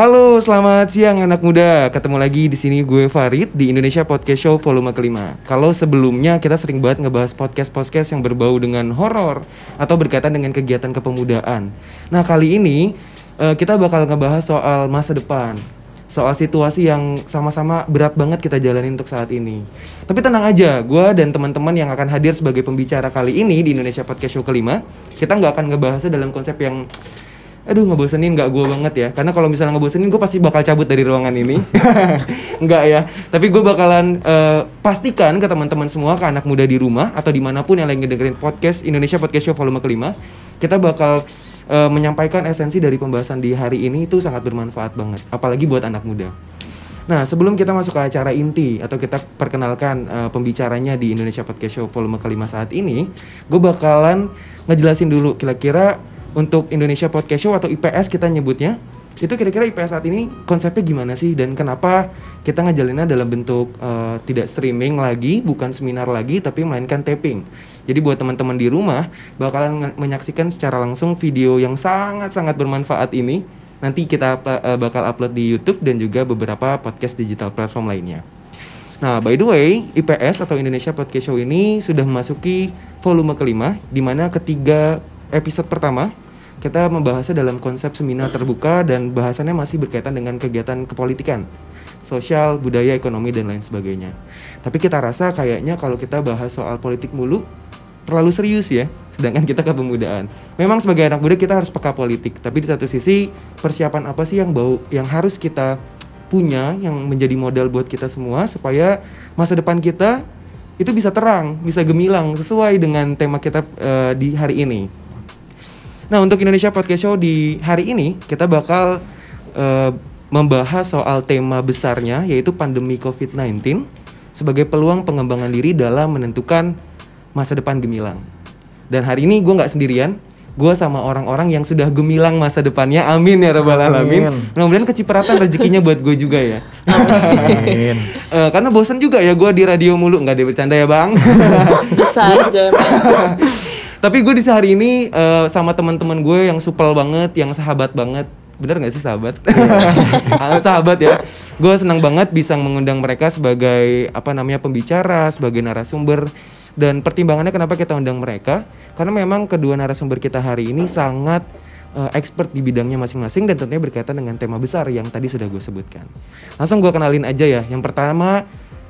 Halo, selamat siang anak muda. Ketemu lagi di sini gue Farid di Indonesia Podcast Show volume kelima. Kalau sebelumnya kita sering banget ngebahas podcast yang berbau dengan horor atau berkaitan dengan kegiatan kepemudaan. Nah, kali ini kita bakal ngebahas soal masa depan. Soal situasi yang sama-sama berat banget kita jalanin untuk saat ini. Tapi tenang aja, gue dan teman-teman yang akan hadir sebagai pembicara kali ini di Indonesia Podcast Show kelima, kita nggak akan ngebahasnya dalam konsep yang ngebosenin, nggak gue banget ya. Karena kalau misalnya ngebosenin, gue pasti bakal cabut dari ruangan ini. Nggak ya. Tapi gue bakalan pastikan ke teman-teman semua, ke anak muda di rumah atau dimanapun yang lagi dengerin podcast Indonesia Podcast Show volume kelima, kita bakal menyampaikan esensi dari pembahasan di hari ini itu sangat bermanfaat banget. Apalagi buat anak muda. Nah, sebelum kita masuk ke acara inti atau kita perkenalkan pembicaranya di Indonesia Podcast Show volume kelima saat ini, gue bakalan ngejelasin dulu kira-kira untuk Indonesia Podcast Show atau IPS kita nyebutnya, itu kira-kira IPS saat ini konsepnya gimana sih dan kenapa kita ngejalinnya dalam bentuk tidak streaming lagi, bukan seminar lagi, tapi melainkan taping. Jadi buat teman-teman di rumah bakalan menyaksikan secara langsung video yang sangat-sangat bermanfaat ini. Nanti kita bakal upload di YouTube dan juga beberapa podcast digital platform lainnya. Nah, by the way, IPS atau Indonesia Podcast Show ini sudah memasuki volume kelima, di mana ketiga episode pertama kita membahasnya dalam konsep seminar terbuka dan bahasannya masih berkaitan dengan kegiatan kepolitikan, sosial, budaya, ekonomi, dan lain sebagainya. Tapi kita rasa kayaknya kalau kita bahas soal politik mulu terlalu serius ya, sedangkan kita kepemudaan. Memang sebagai anak muda kita harus peka politik, tapi di satu sisi persiapan apa sih yang harus kita punya, yang menjadi modal buat kita semua supaya masa depan kita itu bisa terang, bisa gemilang sesuai dengan tema kita di hari ini. Nah, untuk Indonesia Podcast Show di hari ini kita bakal membahas soal tema besarnya, yaitu pandemi COVID-19 sebagai peluang pengembangan diri dalam menentukan masa depan gemilang. Dan hari ini gue nggak sendirian, gue sama orang-orang yang sudah gemilang masa depannya. Amin ya rabbal alamin. Mudah-mudahan kecipratan rezekinya buat gue juga ya. Amin. Karena bosan juga ya gue di radio mulu, nggak ada bercanda ya bang. Bisa aja. Tapi gue di hari ini sama teman-teman gue yang supel banget, yang sahabat banget. Bener gak sih sahabat? Sahabat ya. Gue senang banget bisa mengundang mereka sebagai pembicara, sebagai narasumber. Dan pertimbangannya kenapa kita undang mereka, karena memang kedua narasumber kita hari ini sangat expert di bidangnya masing-masing dan tentunya berkaitan dengan tema besar yang tadi sudah gue sebutkan. Langsung gue kenalin aja ya. Yang pertama,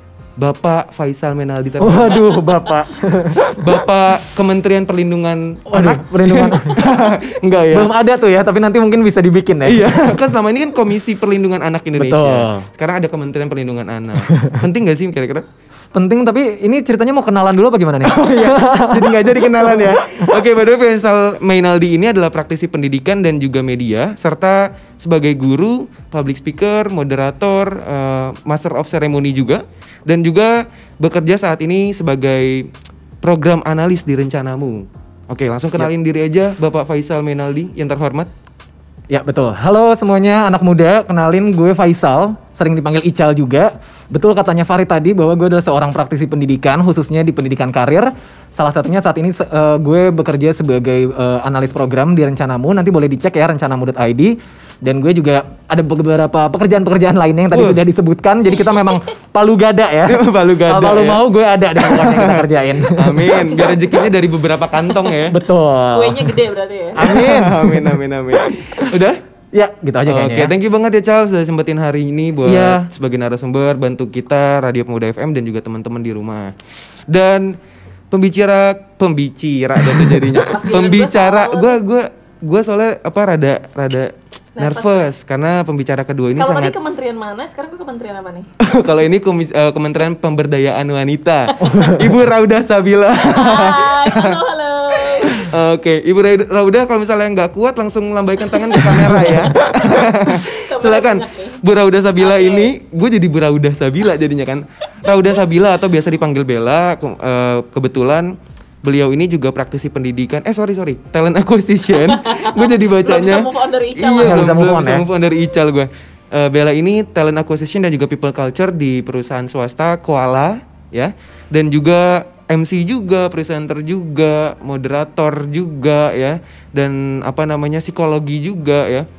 Bapak Faisal Menaldi. Waduh, Bapak. Bapak Kementerian Perlindungan Anak. Perlindungan. Enggak ya? Belum ada tuh ya, tapi nanti mungkin bisa dibikin ya. Iya, kan selama ini kan Komisi Perlindungan Anak Indonesia. Betul. Sekarang ada Kementerian Perlindungan Anak. Penting gak sih kira-kira? Penting, tapi ini ceritanya mau kenalan dulu apa gimana nih? Oh iya, jadi gak jadi kenalan ya. Oke, by the way, Faisal Menaldi ini adalah praktisi pendidikan dan juga media, serta sebagai guru, public speaker, moderator, master of ceremony juga. Dan juga bekerja saat ini sebagai program analis di Rencanamu. Oke, langsung kenalin diri aja Bapak Faisal Menaldi yang terhormat. Ya betul. Halo semuanya anak muda, kenalin gue Faisal, sering dipanggil Ical juga. Betul katanya Farid tadi bahwa gue adalah seorang praktisi pendidikan, khususnya di pendidikan karir. Salah satunya saat ini gue bekerja sebagai analis program di Rencanamu. Nanti boleh dicek ya rencanamu.id. Dan gue juga ada beberapa pekerjaan-pekerjaan lainnya yang tadi sudah disebutkan. Jadi kita memang palu gada ya. Palu gada. Kalau mau gue ada di program yang kita kerjain. Amin. Biar rezekinya dari beberapa kantong ya. Betul. Kuenya gede berarti ya. Amin. Udah? Ya, gitu aja kayaknya. Oke, thank you banget ya Charles sudah sempetin hari ini buat sebagai narasumber, bantu kita Radio Pemuda FM dan juga teman-teman di rumah. Dan pembicara dan jadinya. Pembicara gue soalnya rada nervous karena pembicara kedua ini kalau sangat. Kalau tadi kementerian mana? Sekarang kementerian apa nih? Kalau ini Kementerian Pemberdayaan Wanita. Ibu Raudah Sabila. Hai, halo. Oke, Ibu Raudah kalau misalnya nggak kuat langsung lambaikan tangan ke kamera ya. Silakan. Bu Raudah Sabila ini, gue jadi Bu Raudah Sabila jadinya kan. Raudah Sabila atau biasa dipanggil Bella. Kebetulan beliau ini juga praktisi pendidikan. Talent acquisition. Gue jadi bacanya. Belum bisa move on dari Ical. Iya, belum bisa move on dari Ical gue. Bella ini talent acquisition dan juga people culture di perusahaan swasta Koala ya. Dan juga MC juga, presenter juga, moderator juga ya. Dan psikologi juga ya.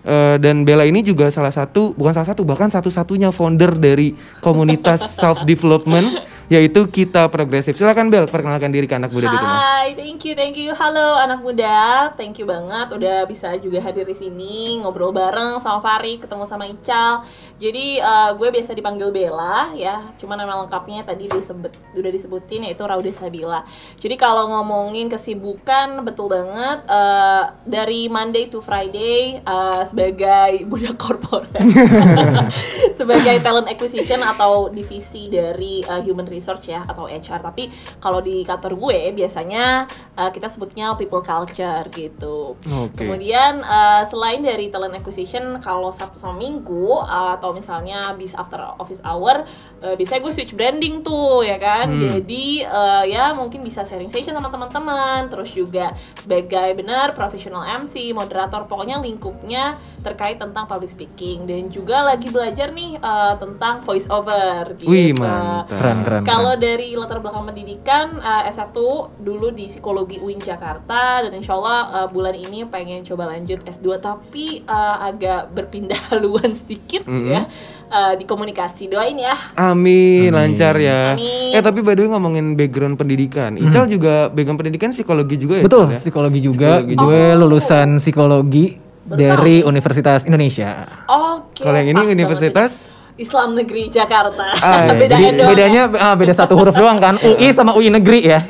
Dan Bella ini juga bahkan satu-satunya founder dari komunitas self development yaitu Kita Progresif. Silakan Bel, perkenalkan diri ke anak muda di rumah. Hai, thank you. Halo anak muda, thank you banget udah bisa juga hadir di sini ngobrol bareng sama Fari, ketemu sama Ical. Jadi gue biasa dipanggil Bella ya, cuman nama lengkapnya tadi udah disebutin yaitu Raude Sabila. Jadi kalau ngomongin kesibukan betul banget dari Monday to Friday sebagai budak korporat, sebagai talent acquisition atau divisi dari human research ya atau HR. Tapi kalau di kantor gue biasanya kita sebutnya people culture gitu. Kemudian selain dari talent acquisition, kalau Sabtu sama Minggu atau misalnya bis after office hour, biasanya gue switch branding tuh ya kan. Jadi ya mungkin bisa sharing session sama teman-teman, terus juga sebagai professional MC, moderator, pokoknya lingkupnya terkait tentang public speaking, dan juga lagi belajar nih tentang voice over gitu. Wih, mantap. Keren. Kalau dari latar belakang pendidikan, S1 dulu di psikologi UIN Jakarta, dan insya Allah bulan ini pengen coba lanjut S2, tapi agak berpindah haluan sedikit ya di komunikasi. Doain ya. Amin, lancar ya. Amin. Tapi by the way ngomongin background pendidikan, Ical juga background pendidikan psikologi juga ya? Betul, Ical, ya? psikologi juga. Gue lulusan psikologi dari Universitas Indonesia. Oke. Kalau yang ini pas universitas banget. Islam Negeri Jakarta. Jadi bedanya beda satu huruf doang kan, UI sama UI negeri ya.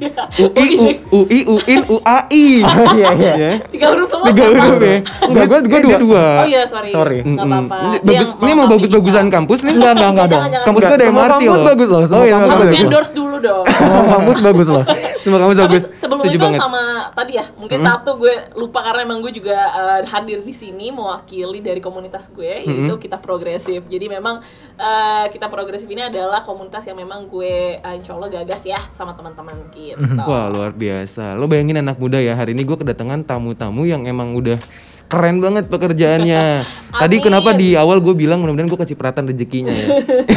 UI, UIN, UAI. Iya. 3 huruf semua. 3 huruf ya. Enggak, gue dua. Oh iya, sorry. Nggak apa-apa. Bagus, ini mau bagus-bagusan kampus nih? Enggak dong. Kampus gue ada Semua MRT kampus loh. bagus loh. Semua Oh iya, kampus Harus bagus. endorse dulu dong. Semua kampus bagus loh. Semua kampus bagus. Sebelum Setuju itu banget. sama tadi ya, mungkin satu gue lupa karena emang gue juga hadir di sini mewakili dari komunitas gue, yaitu Kita Progresif. Jadi memang Kita Progresif ini adalah komunitas yang memang gue insya Allah gagas ya sama teman-teman gitu. Wah, luar biasa. Lo bayangin anak muda ya, hari ini gue kedatangan tamu-tamu yang emang udah keren banget pekerjaannya. Tadi kenapa di awal gue bilang mudah-mudahan gue kecipratan rezekinya ya.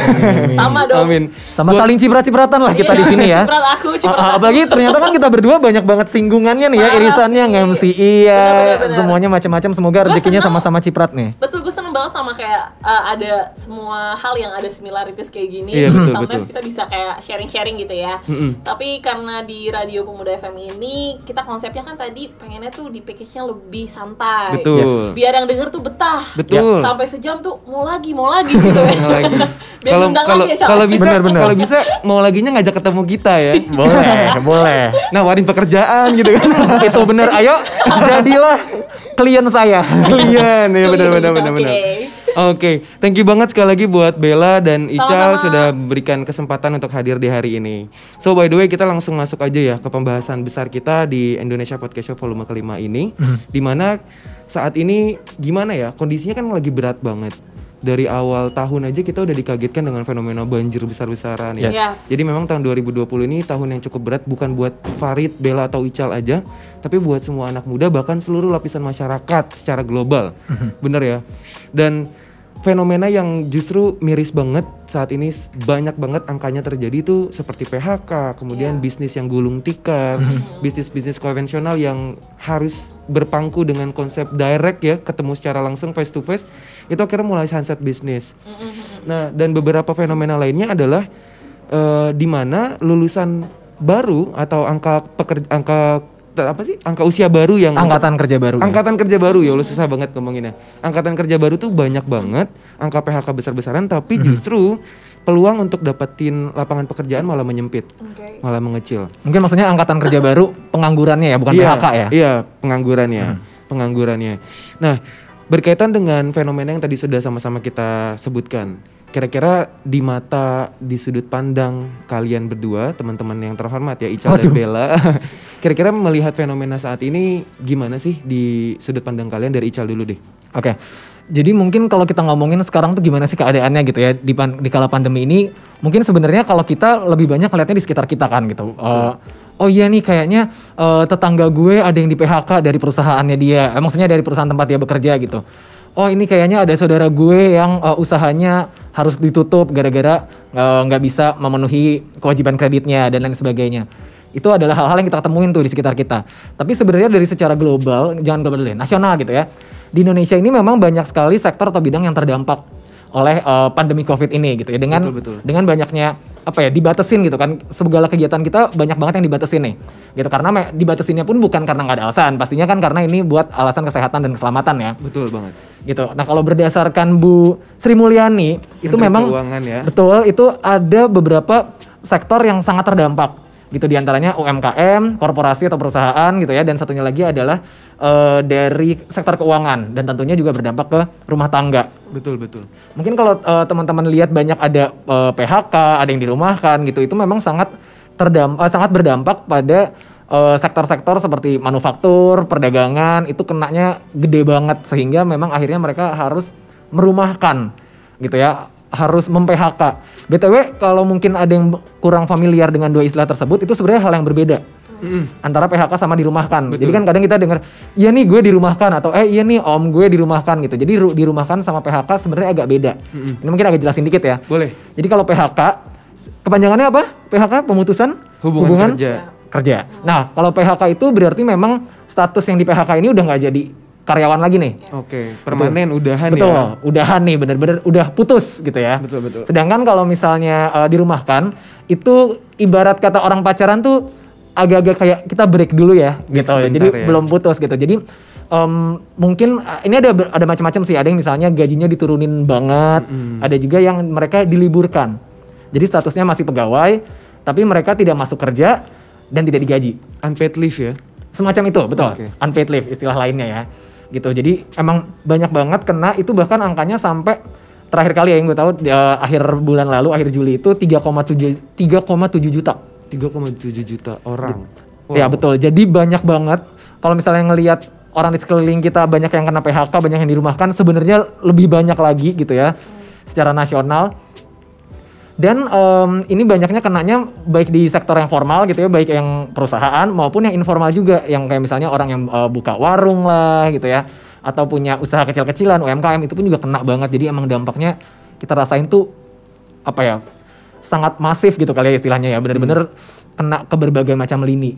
Sama dong. Amin. Sama saling ciprat-cipratan lah kita di sini ya. Ciprat aku, ciprat aku. Apalagi ternyata kan kita berdua banyak banget singgungannya nih ya, irisannya nge-MCI ya, Bener. semuanya macam-macam. Semoga rezekinya seneng. sama-sama ciprat nih. Betul, gue seneng banget sama kayak ada semua hal yang ada similarities kayak gini. Iya, betul, Sometimes betul. kita bisa kayak sharing-sharing gitu ya. Tapi karena di Radio Pemuda FM ini kita konsepnya kan tadi pengennya tuh di package-nya lebih santai. Betul. Yes. Biar yang denger tuh betah. Betul. Sampai sejam tuh mau lagi gitu ya. Mau lagi. Biar diundang lagi ya, Syal. Kalau bisa mau laginya ngajak ketemu kita ya. Boleh. Nawarin pekerjaan gitu kan. Itu bener, ayo jadilah klien saya. Klien ya, benar. Oke. Oke, thank you banget sekali lagi buat Bella dan Ical Sama-sama. sudah berikan kesempatan untuk hadir di hari ini. So by the way kita langsung masuk aja ya ke pembahasan besar kita di Indonesia Podcast Show volume kelima ini, dimana saat ini gimana ya, kondisinya kan lagi berat banget. Dari awal tahun aja kita udah dikagetkan dengan fenomena banjir besar-besaran ya. Yes. Jadi memang tahun 2020 ini tahun yang cukup berat, bukan buat Farid, Bella atau Ical aja, tapi buat semua anak muda bahkan seluruh lapisan masyarakat secara global. Bener ya. Dan fenomena yang justru miris banget saat ini, banyak banget angkanya terjadi tuh seperti PHK, kemudian bisnis yang gulung tikar, bisnis-bisnis konvensional yang harus berpangku dengan konsep direct ya, ketemu secara langsung face to face, itu akhirnya mulai sunset bisnis. Nah, dan beberapa fenomena lainnya adalah di mana lulusan baru atau angka usia baru yang Angkatan kerja baru. Angkatan kerja baru ya, susah banget ngomonginnya. Angkatan kerja baru tuh banyak banget, angka PHK besar-besaran, tapi justru peluang untuk dapetin lapangan pekerjaan malah menyempit, malah mengecil. Mungkin maksudnya angkatan kerja baru penganggurannya ya, bukan PHK ya? Iya, penganggurannya. Nah, berkaitan dengan fenomena yang tadi sudah sama-sama kita sebutkan, kira-kira di sudut pandang kalian berdua, teman-teman yang terhormat ya, Ical dan Bella, kira-kira melihat fenomena saat ini gimana sih di sudut pandang kalian? Dari Ical dulu deh. Oke. Jadi mungkin kalau kita ngomongin sekarang tuh gimana sih keadaannya gitu ya di kala pandemi ini, mungkin sebenarnya kalau kita lebih banyak lihatnya di sekitar kita kan gitu. Oh iya nih kayaknya tetangga gue ada yang di PHK dari perusahaannya dia, maksudnya dari perusahaan tempat dia bekerja gitu. Oh ini kayaknya ada saudara gue yang usahanya harus ditutup gara-gara nggak bisa memenuhi kewajiban kreditnya dan lain sebagainya. Itu adalah hal-hal yang kita temuin tuh di sekitar kita. Tapi sebenarnya dari secara global, jangan global deh, nasional gitu ya. Di Indonesia ini memang banyak sekali sektor atau bidang yang terdampak oleh pandemi COVID ini gitu ya. Dengan banyaknya dibatasin gitu kan, segala kegiatan kita banyak banget yang dibatasin nih gitu, karena dibatasinnya pun bukan karena nggak ada alasan, pastinya kan karena ini buat alasan kesehatan dan keselamatan ya. Betul banget gitu. Nah kalau berdasarkan Bu Sri Mulyani itu memang keuangan ya. Betul, itu ada beberapa sektor yang sangat terdampak gitu, diantaranya UMKM, korporasi atau perusahaan gitu ya, dan satunya lagi adalah dari sektor keuangan dan tentunya juga berdampak ke rumah tangga. Betul. Mungkin kalau teman-teman lihat banyak ada PHK, ada yang dirumahkan gitu, itu memang sangat berdampak pada sektor-sektor seperti manufaktur, perdagangan, itu kenanya gede banget sehingga memang akhirnya mereka harus merumahkan gitu ya, harus mem-PHK. BTW kalau mungkin ada yang kurang familiar dengan dua istilah tersebut, itu sebenarnya hal yang berbeda. Antara PHK sama dirumahkan. Betul. Jadi kan kadang kita dengar, iya nih gue dirumahkan, atau iya nih om gue dirumahkan gitu. Jadi dirumahkan sama PHK sebenarnya agak beda. Ini mungkin agak jelasin dikit ya. Boleh. Jadi kalau PHK, kepanjangannya apa? PHK, pemutusan Hubungan kerja. Nah kalau PHK itu berarti memang status yang di PHK ini udah nggak jadi karyawan lagi nih. Oke, permanen udahan Betul, ya. udahan nih, bener-bener udah putus gitu ya. Betul. Sedangkan kalau misalnya dirumahkan, itu ibarat kata orang pacaran tuh agak-agak kayak kita break dulu ya, gitu. Sebentar Jadi ya. belum putus gitu. Jadi mungkin ini ada macam-macam sih. Ada yang misalnya gajinya diturunin banget, ada juga yang mereka diliburkan. Jadi statusnya masih pegawai, tapi mereka tidak masuk kerja dan tidak digaji. Unpaid leave ya. Semacam itu, betul. Oke. Unpaid leave istilah lainnya ya. Gitu. Jadi emang banyak banget kena, itu bahkan angkanya sampai terakhir kali ya yang gue tahu akhir bulan lalu, akhir Juli itu 3,7 juta. 3,7 juta orang. Ya betul. Jadi banyak banget. Kalau misalnya ngelihat orang di sekeliling kita banyak yang kena PHK, banyak yang dirumahkan, sebenarnya lebih banyak lagi gitu ya secara nasional. Dan ini banyaknya kenanya baik di sektor yang formal gitu ya, baik yang perusahaan maupun yang informal juga, yang kayak misalnya orang yang buka warung lah gitu ya, atau punya usaha kecil-kecilan, UMKM, itu pun juga kena banget. Jadi emang dampaknya kita rasain tuh sangat masif gitu kali ya istilahnya ya, bener-bener kena ke berbagai macam lini.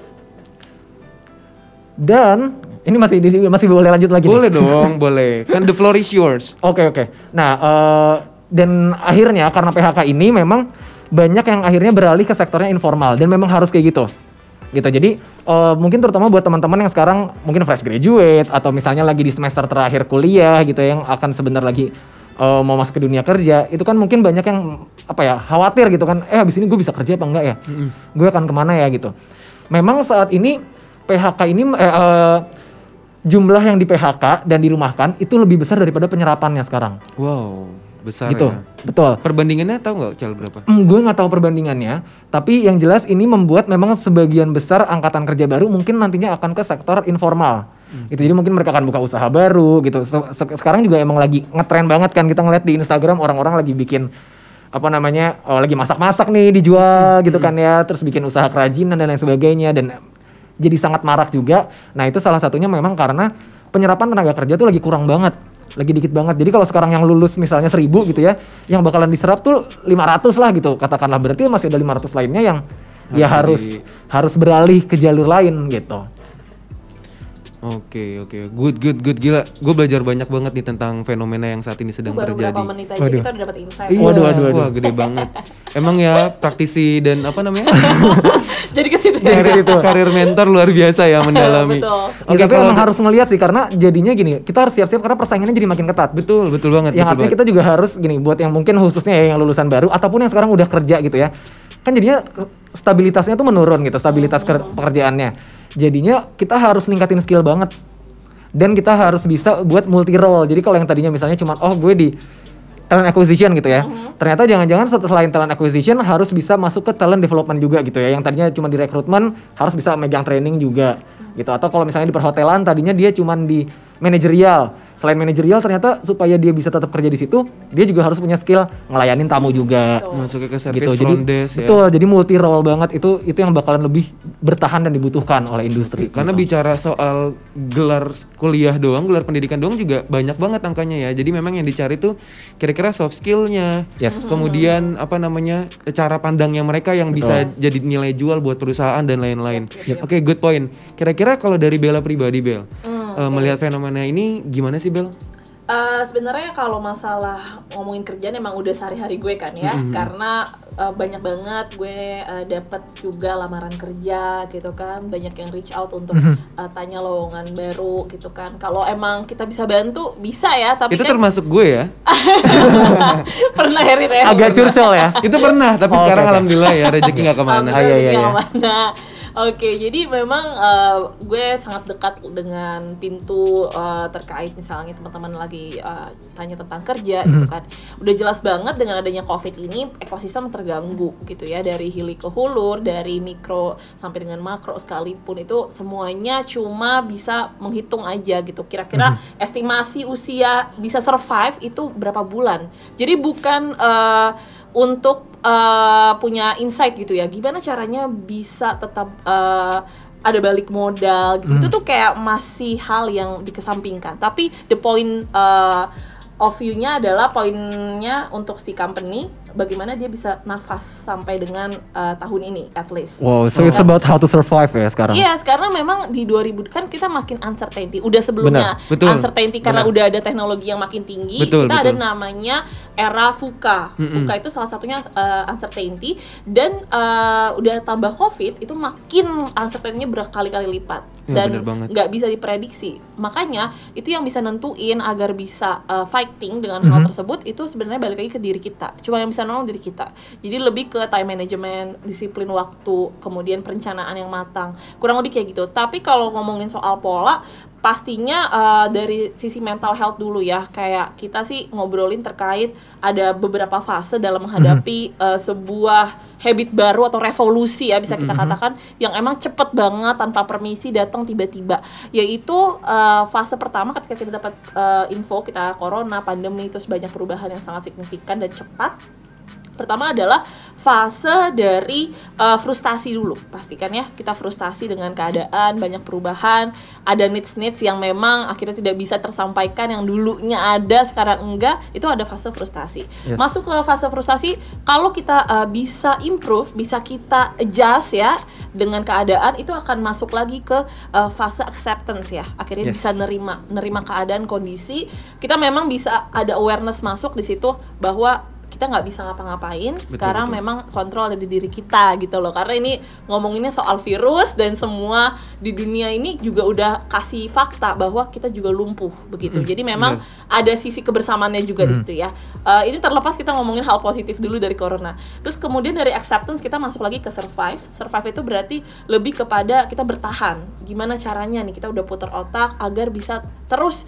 Dan ini masih boleh lanjut lagi? Boleh nih? dong, boleh. Kan the floor is yours. Oke. Nah, dan akhirnya karena PHK ini memang banyak yang akhirnya beralih ke sektornya informal dan memang harus kayak gitu. Jadi mungkin terutama buat teman-teman yang sekarang mungkin fresh graduate atau misalnya lagi di semester terakhir kuliah gitu, yang akan sebentar lagi mau masuk ke dunia kerja, itu kan mungkin banyak yang khawatir gitu kan, habis ini gue bisa kerja apa enggak ya? Gue akan kemana ya gitu. Memang saat ini PHK ini jumlah yang di PHK dan dirumahkan itu lebih besar daripada penyerapannya sekarang. Wow, besar Gitu, ya. betul. Perbandingannya tahu nggak Cal berapa? Gue nggak tahu perbandingannya, tapi yang jelas ini membuat memang sebagian besar angkatan kerja baru mungkin nantinya akan ke sektor informal. Gitu. Jadi mungkin mereka akan buka usaha baru gitu. Sekarang juga emang lagi ngetren banget kan, kita ngeliat di Instagram orang-orang lagi bikin lagi masak-masak nih dijual gitu kan ya, terus bikin usaha kerajinan dan lain sebagainya, dan jadi sangat marak juga. Nah itu salah satunya memang karena penyerapan tenaga kerja tuh lagi kurang banget, lagi dikit banget. Jadi kalau sekarang yang lulus misalnya 1.000 gitu ya, yang bakalan diserap tuh 500 lah gitu katakanlah, berarti masih ada 500 lainnya yang harus beralih ke jalur lain gitu. Oke, good, gila. Gue belajar banyak banget nih tentang fenomena yang saat ini sedang Baru terjadi. berapa menit aja kita udah dapat insight. Iya, Waduh. wah gede banget. Emang ya praktisi dan Jadi ke situ. karir mentor luar biasa ya mendalami. Betul. Oke, tapi emang harus ngelihat sih, karena jadinya gini, kita harus siap-siap karena persaingannya jadi makin ketat. Betul banget. Yang artinya kita juga harus gini, buat yang mungkin khususnya ya yang lulusan baru ataupun yang sekarang udah kerja gitu ya, kan jadinya stabilitasnya tuh menurun gitu, stabilitas pekerjaannya. Jadinya kita harus ningkatin skill banget, dan kita harus bisa buat multi role. Jadi kalau yang tadinya misalnya cuma gue di talent acquisition gitu ya, ternyata jangan-jangan selain talent acquisition harus bisa masuk ke talent development juga gitu ya. Yang tadinya cuma di rekrutmen harus bisa megang training juga gitu. Atau kalau misalnya di perhotelan tadinya dia cuma di manajerial, selain manajerial ternyata supaya dia bisa tetap kerja di situ, dia juga harus punya skill ngelayanin tamu juga. Masuk ke service Gitu. Jadi front desk ya. betul, jadi multi role banget itu yang bakalan lebih bertahan dan dibutuhkan oleh industri. Karena bicara soal gelar kuliah doang, gelar pendidikan doang juga banyak banget angkanya ya. Jadi memang yang dicari tuh kira-kira soft skillnya, Yes. kemudian cara pandangnya mereka yang bisa jadi nilai jual buat perusahaan dan lain-lain. Oke, good point. Kira-kira kalau dari Bella pribadi, Bel, melihat fenomena ini gimana sih, Bel? Sebenarnya kalau masalah ngomongin kerjaan emang udah sehari-hari gue kan ya, karena banyak banget gue dapat juga lamaran kerja gitu kan, banyak yang reach out untuk tanya lowongan baru gitu kan. Kalau emang kita bisa bantu bisa ya, tapi Itu kan termasuk gue ya. pernah Herit ya. Agak curcol ya. Itu pernah, tapi Oh, sekarang oke. alhamdulillah ya rezeki nggak kemana. Alhamdulillah iya, rezeki iya. nggak kemana. Oke, jadi memang gue sangat dekat dengan pintu terkait misalnya teman-teman lagi tanya tentang kerja gitu kan. Udah jelas banget dengan adanya COVID ini ekosistem terganggu gitu ya, dari hilir ke hulur, dari mikro sampai dengan makro sekalipun itu semuanya cuma bisa menghitung aja gitu. Kira-kira estimasi usia bisa survive itu berapa bulan. Jadi bukan untuk punya insight gitu ya, gimana caranya bisa tetap ada balik modal gitu. Itu tuh kayak masih hal yang dikesampingkan. Tapi the point of view-nya adalah poinnya untuk si company, bagaimana dia bisa nafas sampai dengan tahun ini at least. Wow, so it's about how to survive ya sekarang. Iya, karena memang di 2000 kan kita makin uncertainty. Udah sebelumnya Benar, betul. uncertainty karena udah ada teknologi yang makin tinggi. Betul, Kita ada betul. namanya era VUCA. VUCA itu salah satunya uncertainty, dan udah tambah COVID itu makin uncertainty-nya berkali-kali lipat Ya, dan benar banget. nggak bisa diprediksi. Makanya itu yang bisa nentuin agar bisa fighting dengan hal tersebut itu sebenarnya balik lagi ke diri kita. Cuma yang bisa nolong diri kita. Jadi lebih ke time management, disiplin waktu, kemudian perencanaan yang matang. Kurang lebih kayak gitu. Tapi kalau ngomongin soal pola, pastinya dari sisi mental health dulu ya. Kayak kita sih ngobrolin terkait ada beberapa fase dalam menghadapi sebuah habit baru atau revolusi ya bisa kita katakan, yang emang cepet banget tanpa permisi datang tiba-tiba. Yaitu fase pertama ketika kita dapat info kita corona, pandemi, terus banyak perubahan yang sangat signifikan dan cepat. Pertama adalah fase dari frustasi dulu. Pastikan ya, kita frustasi dengan keadaan, banyak perubahan, ada needs yang memang akhirnya tidak bisa tersampaikan, yang dulunya ada sekarang enggak, itu ada fase frustasi. Yes. Masuk ke fase frustasi, kalau kita bisa improve, bisa kita adjust ya dengan keadaan, itu akan masuk lagi ke fase acceptance ya. Akhirnya Yes. bisa nerima keadaan, kondisi. Kita memang bisa ada awareness masuk di situ bahwa kita nggak bisa ngapa-ngapain. Sekarang betul. memang kontrol ada di diri kita gitu loh, karena ini ngomonginnya soal virus dan semua di dunia ini juga udah kasih fakta bahwa kita juga lumpuh begitu. Jadi memang ada sisi kebersamaannya juga di situ ya. Ini terlepas kita ngomongin hal positif dulu dari corona. Terus kemudian dari acceptance kita masuk lagi ke survive. Survive itu berarti lebih kepada kita bertahan. Gimana caranya nih kita udah putar otak agar bisa terus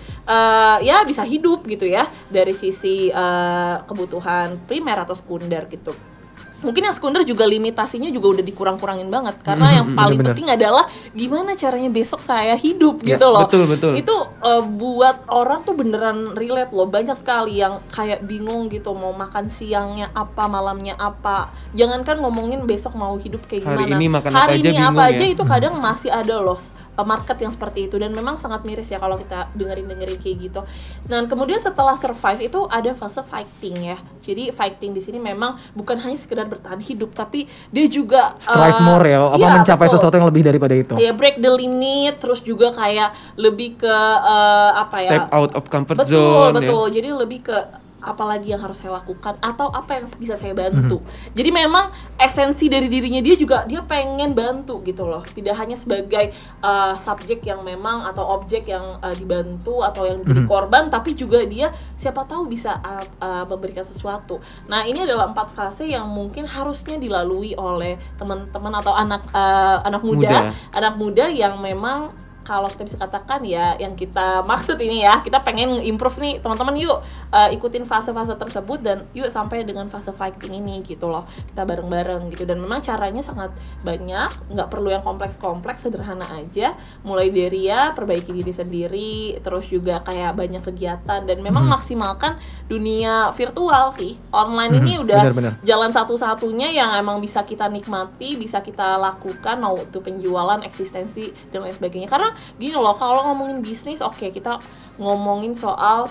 ya bisa hidup gitu ya, dari sisi kebutuhan primer atau sekunder gitu. Mungkin yang sekunder juga limitasinya juga udah dikurang-kurangin banget, karena yang paling bener-bener. penting adalah gimana caranya besok saya hidup Ya, gitu loh. betul. Itu buat orang tuh beneran relate loh. Banyak sekali yang kayak bingung gitu mau makan siangnya apa, malamnya apa. Jangankan ngomongin besok mau hidup kayak Hari gimana. ini makan Hari apa aja ini bingung apa aja ya. itu kadang masih ada loh market yang seperti itu, dan memang sangat miris ya kalau kita dengerin kayak gitu. Dan kemudian setelah survive itu ada fase fighting ya. Jadi fighting di sini memang bukan hanya sekedar bertahan hidup, tapi dia juga Strive more ya, apa iya, mencapai betul. sesuatu yang lebih daripada itu. Ya, break the limit, terus juga kayak lebih ke apa ya? Step out of comfort Betul, zone. betul. Jadi lebih ke apalagi yang harus saya lakukan atau apa yang bisa saya bantu. Jadi memang esensi dari dirinya dia juga, dia pengen bantu gitu loh. Tidak hanya sebagai subjek yang memang atau objek yang dibantu atau yang jadi korban, tapi juga dia siapa tahu bisa memberikan sesuatu. Nah, ini adalah 4 fase yang mungkin harusnya dilalui oleh teman-teman atau anak muda yang memang kalau kita bisa katakan ya yang kita maksud ini ya, kita pengen nge-improve nih teman-teman, yuk ikutin fase-fase tersebut dan yuk sampai dengan fase fighting ini gitu loh, kita bareng-bareng gitu. Dan memang caranya sangat banyak, nggak perlu yang kompleks-kompleks, sederhana aja, mulai dari ya perbaiki diri sendiri, terus juga kayak banyak kegiatan dan memang maksimalkan dunia virtual sih, online ini udah Benar-benar. jalan satu-satunya yang emang bisa kita nikmati, bisa kita lakukan, mau itu penjualan, eksistensi dan lain sebagainya. Karena gini loh, kalau ngomongin bisnis, oke, kita ngomongin soal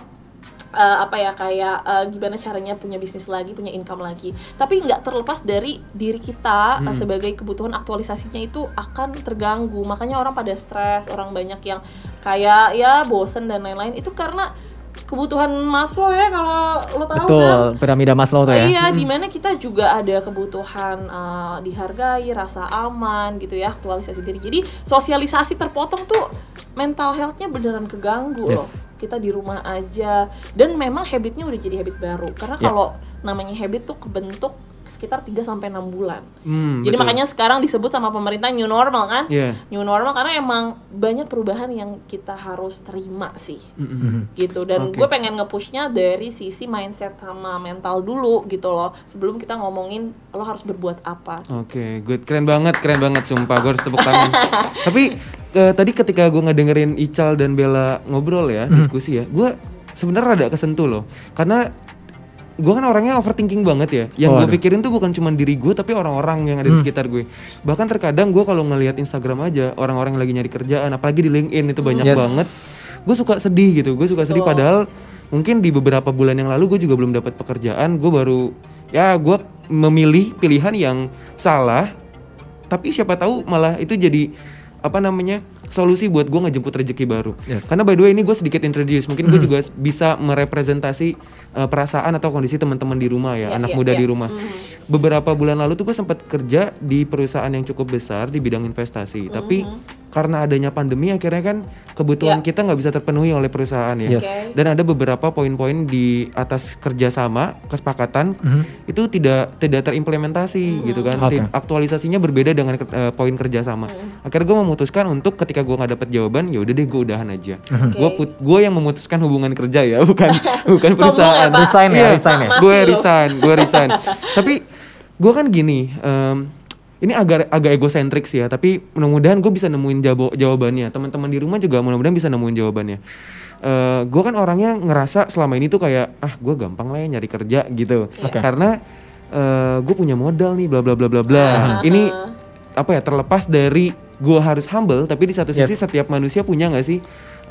gimana caranya punya bisnis lagi, punya income lagi. Tapi nggak terlepas dari diri kita sebagai kebutuhan aktualisasinya itu akan terganggu. Makanya orang pada stres, orang banyak yang kayak ya bosen dan lain-lain. Itu karena kebutuhan Maslow ya, kalau lo tahu Betul, kan. piramida Maslow tuh ya. Iya, dimana kita juga ada kebutuhan dihargai, rasa aman gitu ya, aktualisasi diri. Jadi sosialisasi terpotong tuh mental health-nya beneran keganggu loh. Kita di rumah aja, dan memang habitnya udah jadi habit baru. Karena kalau namanya habit tuh kebentuk sekitar 3-6 bulan. Jadi betul. makanya sekarang disebut sama pemerintah new normal kan? Iya. New normal karena emang banyak perubahan yang kita harus terima sih. Gitu. Dan gue pengen nge-pushnya dari sisi mindset sama mental dulu gitu loh. Sebelum kita ngomongin lo harus berbuat apa. Oke, good. Keren banget sumpah. Gue harus tepuk tangan. Tapi tadi ketika gue ngedengerin Ical dan Bella ngobrol ya, diskusi ya, gue sebenarnya rada kesentuh loh. Karena gue kan orangnya overthinking banget ya. Yang gue pikirin tuh bukan cuma diri gue, tapi orang-orang yang ada di sekitar gue. Bahkan terkadang gue kalau ngelihat Instagram aja, orang-orang yang lagi nyari kerjaan, apalagi di LinkedIn itu banyak banget. Gue suka sedih gitu. Gue suka sedih padahal mungkin di beberapa bulan yang lalu gue juga belum dapat pekerjaan. Gue baru gue memilih pilihan yang salah. Tapi siapa tahu malah itu jadi solusi buat gue ngejemput rezeki baru. Karena by the way ini gue sedikit introduce, mungkin gue juga bisa merepresentasi perasaan atau kondisi teman-teman di rumah ya, anak muda di rumah. Beberapa bulan lalu tuh gue sempat kerja di perusahaan yang cukup besar di bidang investasi, tapi karena adanya pandemi akhirnya kan kebutuhan kita nggak bisa terpenuhi oleh perusahaan ya. Dan ada beberapa poin-poin di atas kerjasama kesepakatan itu tidak terimplementasi gitu kan. Aktualisasinya berbeda dengan poin kerjasama. Akhirnya gue memutuskan untuk ketika gue nggak dapet jawaban, ya udah deh gue udahan aja. Gue yang memutuskan hubungan kerja ya, bukan perusahaan. Resign ya. Gue resign. Tapi gue kan gini, ini agak egosentrik sih ya, tapi mudah-mudahan gue bisa nemuin jawabannya. Teman-teman di rumah juga mudah-mudahan bisa nemuin jawabannya. Gue kan orangnya ngerasa selama ini tuh kayak gue gampang lah ya nyari kerja gitu. Karena gue punya modal nih, bla bla bla bla bla. Ini terlepas dari gue harus humble, tapi di satu sisi setiap manusia punya nggak sih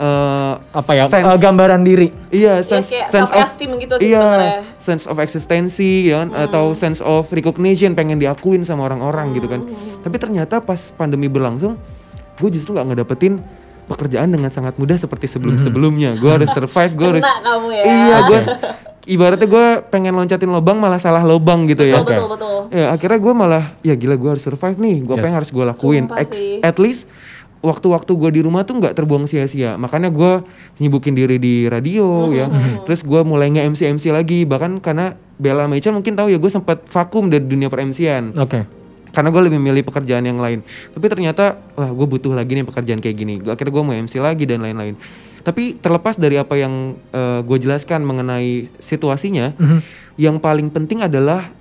gambaran diri. Iya, sense of esteem gitu sih sebenarnya. Sense of eksistensi ya, atau sense of recognition, pengen diakuin sama orang-orang gitu kan. Tapi ternyata pas pandemi berlangsung, gue justru nggak ngedapetin pekerjaan dengan sangat mudah seperti sebelum-sebelumnya. Gue harus survive, gue harus. Kamu ya. Iya, gue ibaratnya gue pengen loncatin lubang malah salah lubang gitu ya. Betul. Ya akhirnya gue malah gila gue harus survive nih. Gue apa yang harus gue lakuin? At least waktu-waktu gue di rumah tuh nggak terbuang sia-sia. Makanya gue nyibukin diri di radio ya. Terus gue mulai nge-MC lagi. Bahkan karena Bella Mecha mungkin tahu ya, gue sempat vakum dari dunia per-MC-an. Karena gue lebih milih pekerjaan yang lain. Tapi ternyata gue butuh lagi nih pekerjaan kayak gini. Akhirnya gue mau MC lagi dan lain-lain. Tapi terlepas dari apa yang gue jelaskan mengenai situasinya, yang paling penting adalah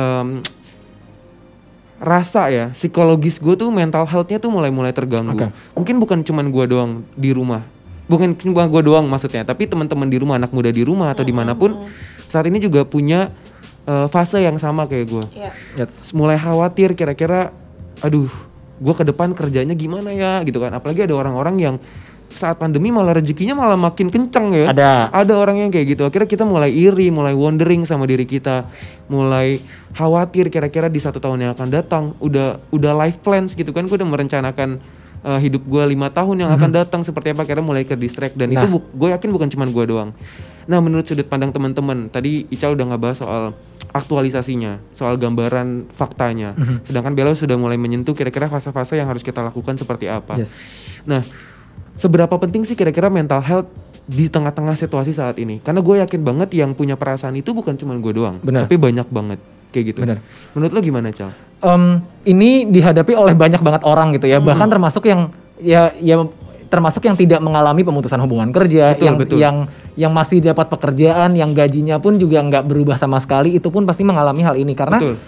rasa ya, psikologis gue tuh, mental health-nya tuh mulai terganggu. Mungkin bukan cuman gue doang di rumah, bukan cuma gue doang maksudnya, tapi teman-teman di rumah, anak muda di rumah atau dimanapun saat ini juga punya fase yang sama kayak gue. Mulai khawatir kira-kira, gue ke depan kerjanya gimana ya gitu kan. Apalagi ada orang-orang yang saat pandemi malah rezekinya malah makin kenceng ya. Ada orang yang kayak gitu. Akhirnya kita mulai iri, mulai wondering sama diri kita, mulai khawatir kira-kira di 1 tahun yang akan datang. Udah life plans gitu kan. Gue udah merencanakan hidup gue 5 tahun yang akan datang seperti apa. Akhirnya mulai ke distract. Dan itu gue yakin bukan cuma gue doang. Nah, menurut sudut pandang teman-teman, tadi Ical udah ngebahas soal aktualisasinya, soal gambaran faktanya. Sedangkan Bella sudah mulai menyentuh kira-kira fase-fase yang harus kita lakukan seperti apa. Nah, seberapa penting sih kira-kira mental health di tengah-tengah situasi saat ini? Karena gue yakin banget yang punya perasaan itu bukan cuma gue doang, tapi banyak banget kayak gitu. Menurut lo gimana, Cal? Ini dihadapi oleh banyak banget orang gitu ya, bahkan termasuk yang ya termasuk yang tidak mengalami pemutusan hubungan kerja, Betul, yang masih dapat pekerjaan, yang gajinya pun juga nggak berubah sama sekali, itu pun pasti mengalami hal ini karena Betul.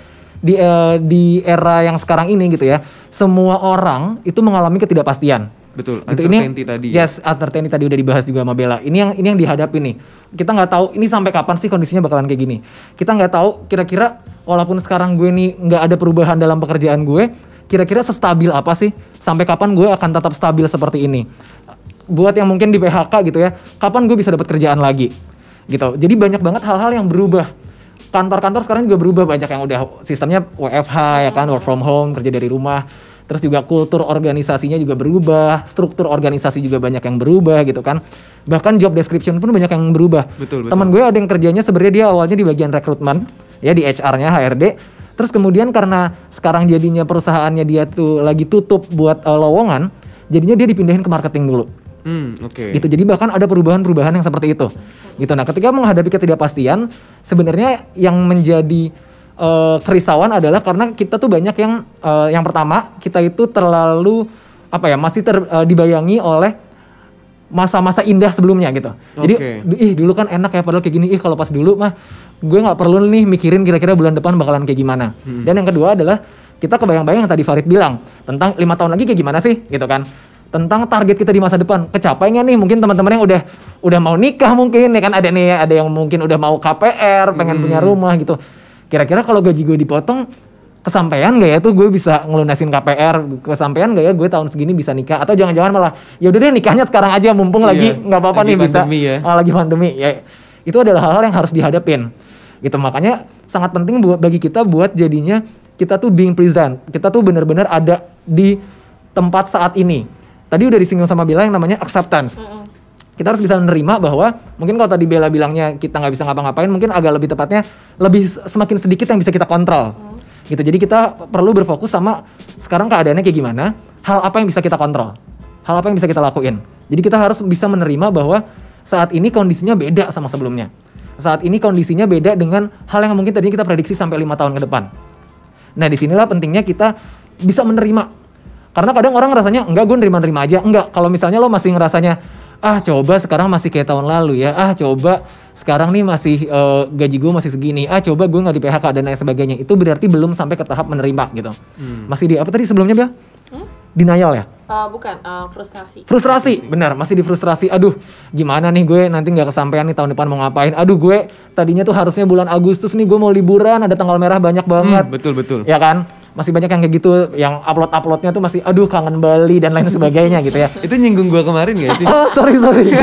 di era yang sekarang ini gitu ya, semua orang itu mengalami ketidakpastian. Betul, Gitu. uncertainty tadi. Yes, uncertainty tadi udah dibahas juga sama Bella. Ini yang dihadapi nih. Kita nggak tahu ini sampai kapan sih kondisinya bakalan kayak gini. Kita nggak tahu kira-kira walaupun sekarang gue nih nggak ada perubahan dalam pekerjaan gue, kira-kira sestabil apa sih? Sampai kapan gue akan tetap stabil seperti ini? Buat yang mungkin di PHK gitu ya, kapan gue bisa dapat kerjaan lagi? Gitu. Jadi banyak banget hal-hal yang berubah. Kantor-kantor sekarang juga berubah, banyak yang udah sistemnya WFH ya kan, work from home, kerja dari rumah. Terus juga kultur organisasinya juga berubah, struktur organisasi juga banyak yang berubah gitu kan. Bahkan job description pun banyak yang berubah. Betul. Teman gue ada yang kerjanya sebenarnya dia awalnya di bagian rekrutmen, ya di HR-nya, HRD. Terus kemudian karena sekarang jadinya perusahaannya dia tuh lagi tutup buat lowongan, jadinya dia dipindahin ke marketing dulu. Oke. Gitu. Jadi bahkan ada perubahan-perubahan yang seperti itu. Gitu. Nah, ketika menghadapi ketidakpastian, sebenarnya yang menjadi kerisauan adalah karena kita tuh banyak yang pertama kita itu terlalu masih dibayangi oleh masa-masa indah sebelumnya gitu. Jadi dulu kan enak ya, padahal kayak gini. Kalau pas dulu mah gue nggak perlu nih mikirin kira-kira bulan depan bakalan kayak gimana. Dan yang kedua adalah kita kebayang-bayang yang tadi Farid bilang tentang 5 tahun lagi kayak gimana sih gitu kan. Tentang target kita di masa depan, kecapai nggak nih? Mungkin teman-teman yang udah mau nikah mungkin ya kan, ada yang mungkin udah mau KPR, pengen punya rumah gitu. Kira-kira kalau gaji gue dipotong, kesampaian nggak ya tuh gue bisa ngelunasin KPR? Kesampaian nggak ya gue tahun segini bisa nikah? Atau jangan-jangan malah ya udah deh nikahnya sekarang aja mumpung lagi nggak apa-apa nih bisa lagi pandemi ya. Itu adalah hal-hal yang harus dihadapin gitu. Makanya sangat penting bagi kita buat jadinya kita tuh being present, kita tuh benar-benar ada di tempat saat ini. Tadi udah disinggung sama Bella yang namanya acceptance. Kita harus bisa menerima bahwa mungkin kalau tadi Bella bilangnya kita nggak bisa ngapa-ngapain, mungkin agak lebih tepatnya semakin sedikit yang bisa kita kontrol. Gitu. Jadi kita perlu berfokus sama sekarang keadaannya kayak gimana, hal apa yang bisa kita kontrol, hal apa yang bisa kita lakuin. Jadi kita harus bisa menerima bahwa saat ini kondisinya beda sama sebelumnya. Saat ini kondisinya beda dengan hal yang mungkin tadinya kita prediksi sampai 5 tahun ke depan. Nah disinilah pentingnya kita bisa menerima. Karena kadang orang rasanya enggak, gue nerima-nerima aja. Enggak, kalau misalnya lo masih ngerasanya coba sekarang masih kayak tahun lalu ya, coba sekarang nih masih gaji gue masih segini, coba gue nggak di PHK dan lain sebagainya, itu berarti belum sampai ke tahap menerima gitu. Masih di apa tadi sebelumnya Bel? Denial ya? Bukan, frustrasi. Frustrasi, benar, masih di frustrasi. Aduh, gimana nih gue nanti nggak kesampaian nih tahun depan mau ngapain? Aduh, gue tadinya tuh harusnya bulan Agustus nih gue mau liburan, ada tanggal merah banyak banget. Betul. Ya kan? Masih banyak yang kayak gitu, yang uploadnya tuh masih aduh kangen Bali dan lain sebagainya gitu ya. Itu nyinggung gua kemarin gak sih? Sorry.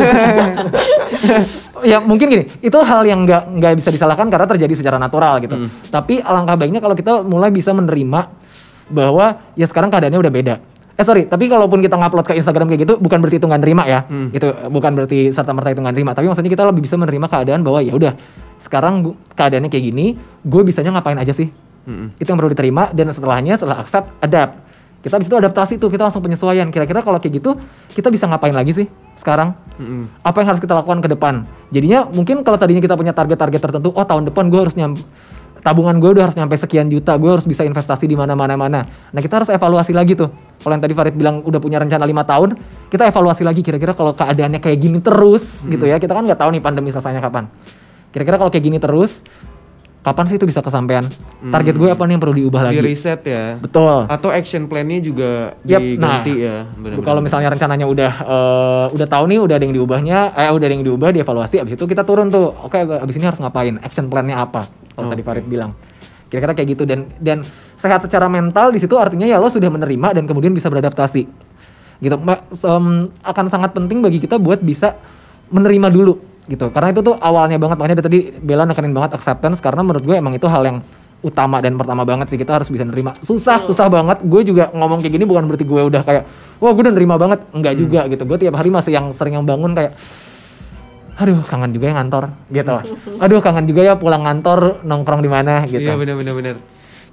Ya mungkin gini, itu hal yang nggak bisa disalahkan karena terjadi secara natural gitu. Tapi alangkah baiknya kalau kita mulai bisa menerima bahwa ya sekarang keadaannya udah beda. Tapi kalaupun kita ngupload ke Instagram kayak gitu, bukan berarti itu nggak nerima ya. Itu bukan berarti serta-merta itu nggak nerima. Tapi maksudnya kita lebih bisa menerima keadaan bahwa ya udah sekarang keadaannya kayak gini, gue bisanya ngapain aja sih? Itu yang perlu diterima, dan setelah accept, adapt. Kita habis itu adaptasi tuh, kita langsung penyesuaian. Kira-kira kalau kayak gitu, kita bisa ngapain lagi sih sekarang? Apa yang harus kita lakukan ke depan? Jadinya mungkin kalau tadinya kita punya target-target tertentu, tahun depan gue harus tabungan gue udah harus nyampe sekian juta, gue harus bisa investasi di mana-mana. Nah kita harus evaluasi lagi tuh. Kalau yang tadi Farid bilang udah punya rencana 5 tahun, kita evaluasi lagi kira-kira kalau keadaannya kayak gini terus gitu ya. Kita kan nggak tahu nih pandemi selesainya kapan. Kira-kira kalau kayak gini terus, kapan sih itu bisa kesampean? Target gue apa nih yang perlu diubah lagi? Di reset ya. Betul. Atau action plan-nya juga diganti ya. Kalau misalnya rencananya udah tahu nih, udah ada yang diubah, dievaluasi, abis itu kita turun tuh. Oke, abis ini harus ngapain? Action plan-nya apa? Kalau tadi Farid bilang. Kira-kira kayak gitu, dan sehat secara mental di situ artinya ya lo sudah menerima dan kemudian bisa beradaptasi. Gitu. Akan sangat penting bagi kita buat bisa menerima dulu. Gitu. Karena itu tuh awalnya banget, makanya tadi Bella nekenin banget acceptance, karena menurut gue emang itu hal yang utama dan pertama banget sih, kita harus bisa nerima. Susah banget. Gue juga ngomong kayak gini bukan berarti gue udah kayak wah gue udah nerima banget, enggak juga gitu. Gue tiap hari masih yang sering yang bangun kayak aduh kangen juga ya ngantor gitu. Aduh kangen juga ya pulang ngantor nongkrong di mana gitu. Iya benar.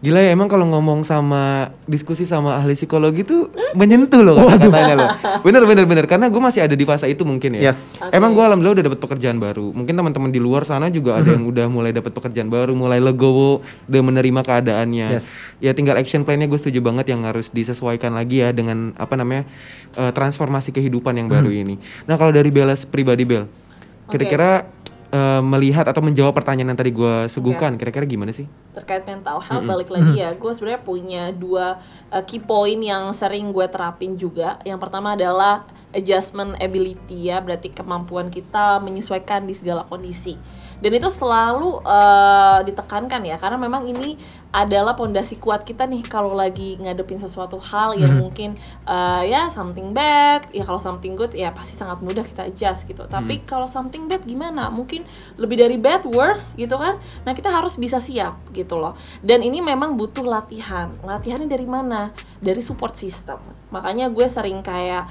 Gila ya, emang kalau ngomong sama diskusi sama ahli psikologi tuh menyentuh loh kata-katanya loh. Bener. Karena gue masih ada di fase itu mungkin ya. Yes. Okay. Emang gue alhamdulillah udah dapat pekerjaan baru. Mungkin teman-teman di luar sana juga ada yang udah mulai dapat pekerjaan baru, mulai legowo, udah menerima keadaannya. Yes. Ya tinggal action plan-nya gue setuju banget yang harus disesuaikan lagi ya dengan transformasi kehidupan yang baru ini. Nah kalau dari Bella pribadi Bel, kira-kira melihat atau menjawab pertanyaan yang tadi gue suguhkan, kira-kira gimana sih? Terkait mental health, balik lagi ya, gue sebenarnya punya 2 key point yang sering gue terapin juga. Yang pertama adalah adjustment ability ya, berarti kemampuan kita menyesuaikan di segala kondisi. Dan itu selalu ditekankan ya, karena memang ini adalah pondasi kuat kita nih kalau lagi ngadepin sesuatu hal yang mungkin ya something bad, ya kalau something good ya pasti sangat mudah kita adjust gitu. Tapi kalau something bad gimana? Mungkin lebih dari bad, worse gitu kan. Nah, kita harus bisa siap gitu loh. Dan ini memang butuh latihan. Latihannya dari mana? Dari support system. Makanya gue sering kayak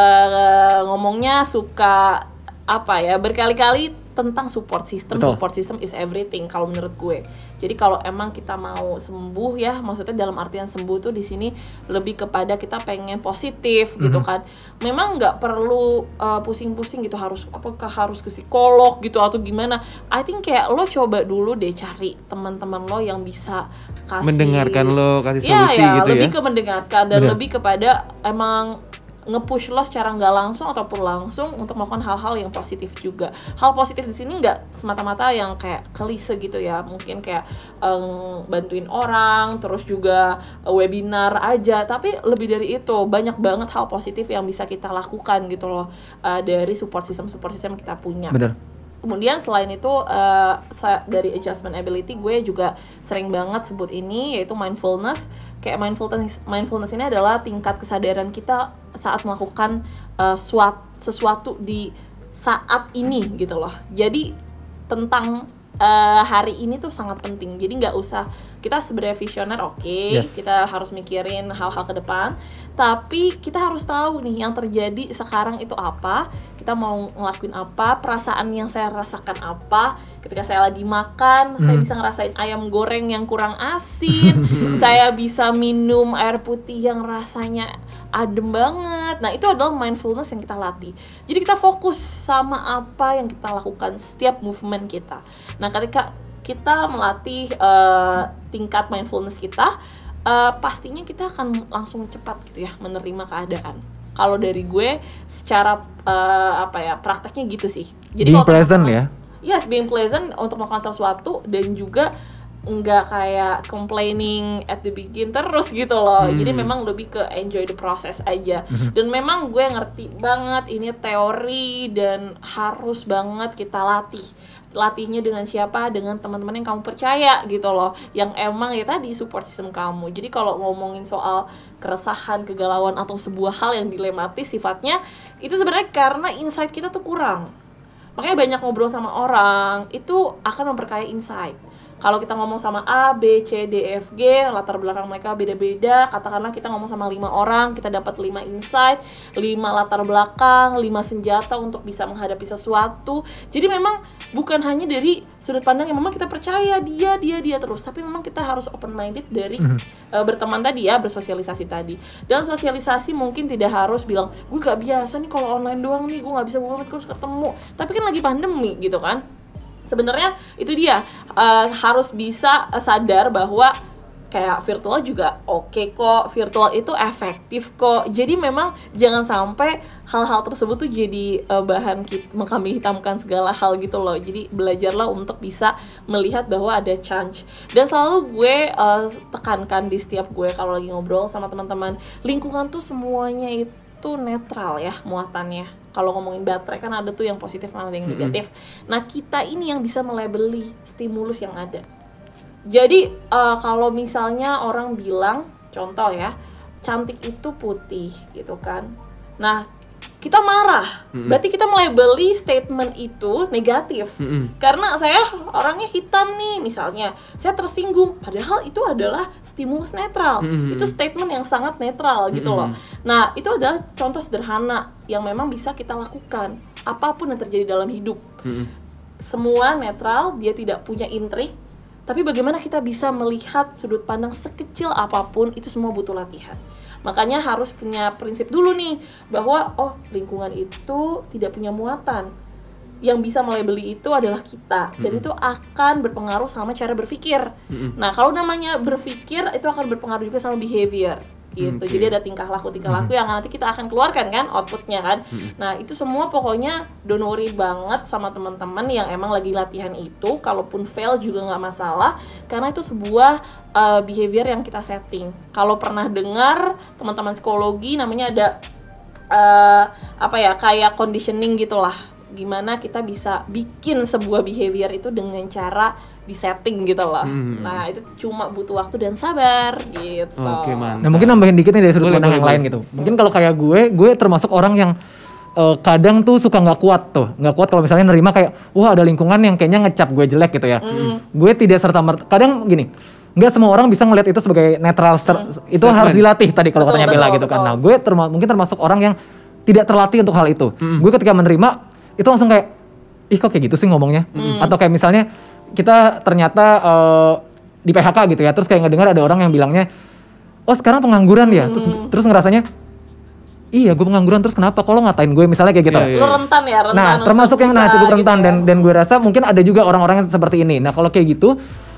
ngomongnya suka berkali-kali tentang support system. Betul. Support system is everything kalau menurut gue. Jadi kalau emang kita mau sembuh ya, maksudnya dalam artian sembuh tuh di sini lebih kepada kita pengen positif gitu kan. Memang nggak perlu pusing-pusing gitu apakah harus ke psikolog gitu atau gimana. I think kayak lo coba dulu deh cari teman-teman lo yang bisa kasih Mendengarkan lo, kasih solusi gitu lebih ya. ke mendengarkan dan Bener. lebih kepada emang nge-push lo secara nggak langsung ataupun langsung untuk melakukan hal-hal yang positif juga. Hal positif di sini nggak semata-mata yang kayak klise gitu ya, mungkin kayak bantuin orang, terus juga webinar aja, tapi lebih dari itu banyak banget hal positif yang bisa kita lakukan gitu loh dari support system yang kita punya. Bener. Kemudian selain itu dari adjustment ability gue juga sering banget sebut ini, yaitu mindfulness. Kayak mindfulness ini adalah tingkat kesadaran kita saat melakukan sesuatu di saat ini gitu loh. Jadi tentang hari ini tuh sangat penting. Jadi nggak usah kita sebenarnya visioner, Yes. kita harus mikirin hal-hal ke depan, tapi kita harus tahu nih yang terjadi sekarang itu apa, kita mau ngelakuin apa, perasaan yang saya rasakan apa. Ketika saya lagi makan, saya bisa ngerasain ayam goreng yang kurang asin, saya bisa minum air putih yang rasanya adem banget. Nah, itu adalah mindfulness yang kita latih. Jadi kita fokus sama apa yang kita lakukan setiap movement kita. Nah, ketika kita melatih tingkat mindfulness kita, pastinya kita akan langsung cepat gitu ya menerima keadaan. Kalau dari gue secara prakteknya gitu sih. Jadi Being kalau present ya. Yes, being pleasant untuk melakukan sesuatu dan juga nggak kayak complaining at the begin terus gitu loh. Jadi memang lebih ke enjoy the process aja. Dan memang gue ngerti banget ini teori dan harus banget kita latih. Latihnya dengan siapa? Dengan teman-teman yang kamu percaya gitu loh. Yang emang ya tadi support system kamu. Jadi kalau ngomongin soal keresahan, kegalauan atau sebuah hal yang dilematis sifatnya, itu sebenarnya karena insight kita tuh kurang. Makanya banyak ngobrol sama orang itu akan memperkaya insight. Kalau kita ngomong sama A, B, C, D, F, G, latar belakang mereka beda-beda. Katakanlah kita ngomong sama 5 orang, kita dapat 5 insight, 5 latar belakang, 5 senjata untuk bisa menghadapi sesuatu. Jadi memang bukan hanya dari sudut pandang yang memang kita percaya dia terus, tapi memang kita harus open minded dari berteman tadi ya, bersosialisasi tadi. Dan sosialisasi mungkin tidak harus bilang, gue gak biasa nih kalau online doang nih, gue gak bisa banget, gue harus ketemu. Tapi kan lagi pandemi gitu kan. Sebenarnya itu dia harus bisa sadar bahwa kayak virtual juga oke kok, virtual itu efektif kok. Jadi memang jangan sampai hal-hal tersebut tuh jadi bahan mengkambing hitamkan segala hal gitu loh. Jadi belajarlah untuk bisa melihat bahwa ada change. Dan selalu gue tekankan di setiap gue kalau lagi ngobrol sama teman-teman, lingkungan tuh semuanya itu netral ya muatannya. Kalau ngomongin baterai kan ada tuh yang positif, ada yang negatif. Nah, kita ini yang bisa melabeli stimulus yang ada. Jadi kalau misalnya orang bilang, contoh ya, cantik itu putih gitu kan. Nah, kita marah, berarti kita melabeli statement itu negatif. Karena saya orangnya hitam nih misalnya, saya tersinggung, padahal itu adalah stimulus netral. Itu statement yang sangat netral gitu loh. Nah, itu adalah contoh sederhana yang memang bisa kita lakukan apapun yang terjadi dalam hidup. Semua netral, dia tidak punya intrik, Tapi bagaimana kita bisa melihat sudut pandang sekecil apapun, itu semua butuh latihan. Makanya harus punya prinsip dulu nih, bahwa lingkungan itu tidak punya muatan. Yang bisa melabeli itu adalah kita, dan itu akan berpengaruh sama cara berpikir. Nah, kalau namanya berpikir, itu akan berpengaruh juga sama behavior gitu. Jadi ada tingkah laku yang nanti kita akan keluarkan kan outputnya kan. Nah, itu semua pokoknya don't worry banget sama teman-teman yang emang lagi latihan itu. Kalaupun fail juga nggak masalah, karena itu sebuah behavior yang kita setting. Kalau pernah dengar teman-teman psikologi, namanya ada kayak conditioning gitulah. Gimana kita bisa bikin sebuah behavior itu dengan cara disetting gitu loh. Nah, itu cuma butuh waktu dan sabar gitu. Oke, mantap. Nah, mungkin nambahin dikit nih dari sudut pandang yang lain gitu. Mungkin kalau kayak gue termasuk orang yang kadang tuh suka nggak kuat kalau misalnya nerima kayak ada lingkungan yang kayaknya ngecap gue jelek gitu ya. Gue tidak kadang gini, nggak semua orang bisa ngelihat itu sebagai netral. Itu harus dilatih tadi kalau katanya Bella gitu kan. Nah, gue mungkin termasuk orang yang tidak terlatih untuk hal itu. Gue ketika menerima itu langsung kayak, kok kayak gitu sih ngomongnya. Atau kayak misalnya kita ternyata di PHK gitu ya, terus kayak ngedengar ada orang yang bilangnya, sekarang pengangguran ya, terus ngerasanya, iya gue pengangguran, terus kenapa kalau ngatain gue misalnya kayak gitu. Lu rentan ya, rentan. Nah, termasuk yang cukup rentan gitu dan gue rasa mungkin ada juga orang-orang yang seperti ini. Nah, kalau kayak gitu,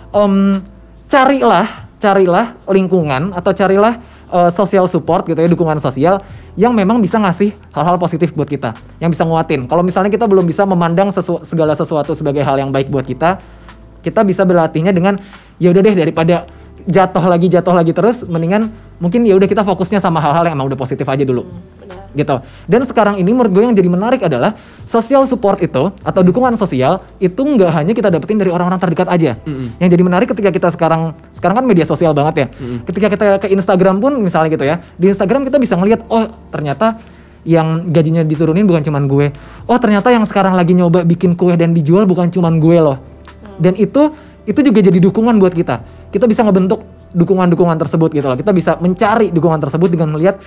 carilah lingkungan atau carilah social support gitu ya, dukungan sosial yang memang bisa ngasih hal-hal positif buat kita, yang bisa nguatin. Kalau misalnya kita belum bisa memandang segala sesuatu sebagai hal yang baik buat kita bisa berlatihnya dengan ya udah deh, daripada jatuh lagi terus, mendingan mungkin ya udah kita fokusnya sama hal-hal yang emang udah positif aja dulu. Gitu. Dan sekarang ini menurut gue yang jadi menarik adalah social support itu atau dukungan sosial itu nggak hanya kita dapetin dari orang-orang terdekat aja. Yang jadi menarik ketika kita sekarang kan media sosial banget ya. Ketika kita ke Instagram pun misalnya gitu ya, di Instagram kita bisa ngelihat ternyata yang gajinya diturunin bukan cuman gue. Ternyata yang sekarang lagi nyoba bikin kue dan dijual bukan cuman gue loh. Dan itu juga jadi dukungan buat kita. Kita bisa ngebentuk dukungan-dukungan tersebut gitu loh. Kita bisa mencari dukungan tersebut dengan melihat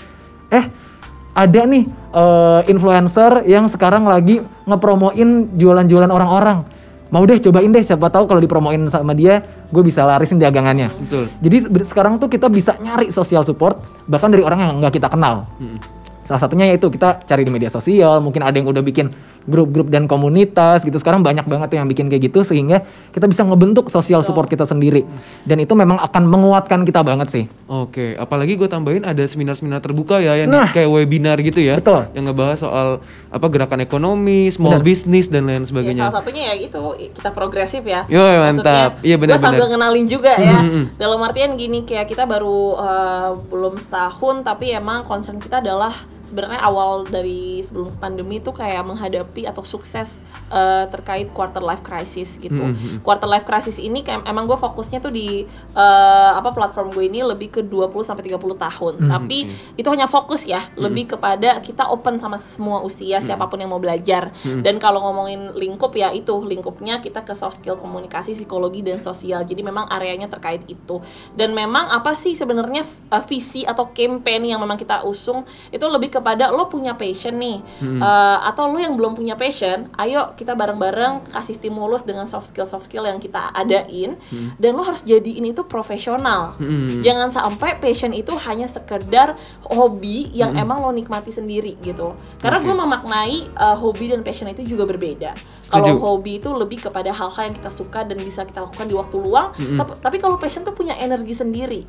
ada nih influencer yang sekarang lagi ngepromoin jualan-jualan orang-orang. Mau deh, cobain deh, siapa tahu kalau dipromoin sama dia, gue bisa larisin dagangannya. Betul. Jadi sekarang tuh kita bisa nyari social support bahkan dari orang yang nggak kita kenal. Salah satunya yaitu kita cari di media sosial, mungkin ada yang udah bikin grup-grup dan komunitas gitu. Sekarang banyak banget yang bikin kayak gitu sehingga kita bisa ngebentuk social support kita sendiri. Dan itu memang akan menguatkan kita banget sih. Oke, apalagi gue tambahin ada seminar-seminar terbuka ya yang kayak webinar gitu ya. Betul. Yang ngebahas soal gerakan ekonomi, small business dan lain sebagainya. Ya, salah satunya ya itu kita progresif ya. Yo, mantap. Iya, benar-benar. Gue sambil kenalin juga ya. Dalam artian gini, kayak kita baru belum setahun tapi emang concern kita adalah sebenarnya awal dari sebelum pandemi itu kayak menghadapi atau sukses terkait quarter life crisis gitu. Quarter life crisis ini kayak emang gue fokusnya tuh di platform gue ini lebih ke 20-30 tahun. Tapi itu hanya fokus ya, lebih kepada kita open sama semua usia, siapapun yang mau belajar. Dan kalau ngomongin lingkup ya itu lingkupnya kita ke soft skill, komunikasi, psikologi dan sosial. Jadi memang areanya terkait itu. Dan memang apa sih sebenarnya visi atau campaign yang memang kita usung itu lebih kepada lo punya passion nih, atau lo yang belum punya passion, ayo kita bareng-bareng kasih stimulus dengan soft skill yang kita adain, dan lo harus jadiin itu profesional. Jangan sampai passion itu hanya sekedar hobi yang emang lo nikmati sendiri gitu. Karena gue memaknai hobi dan passion itu juga berbeda. Kalau hobi itu lebih kepada hal-hal yang kita suka dan bisa kita lakukan di waktu luang, tapi kalau passion tuh punya energi sendiri,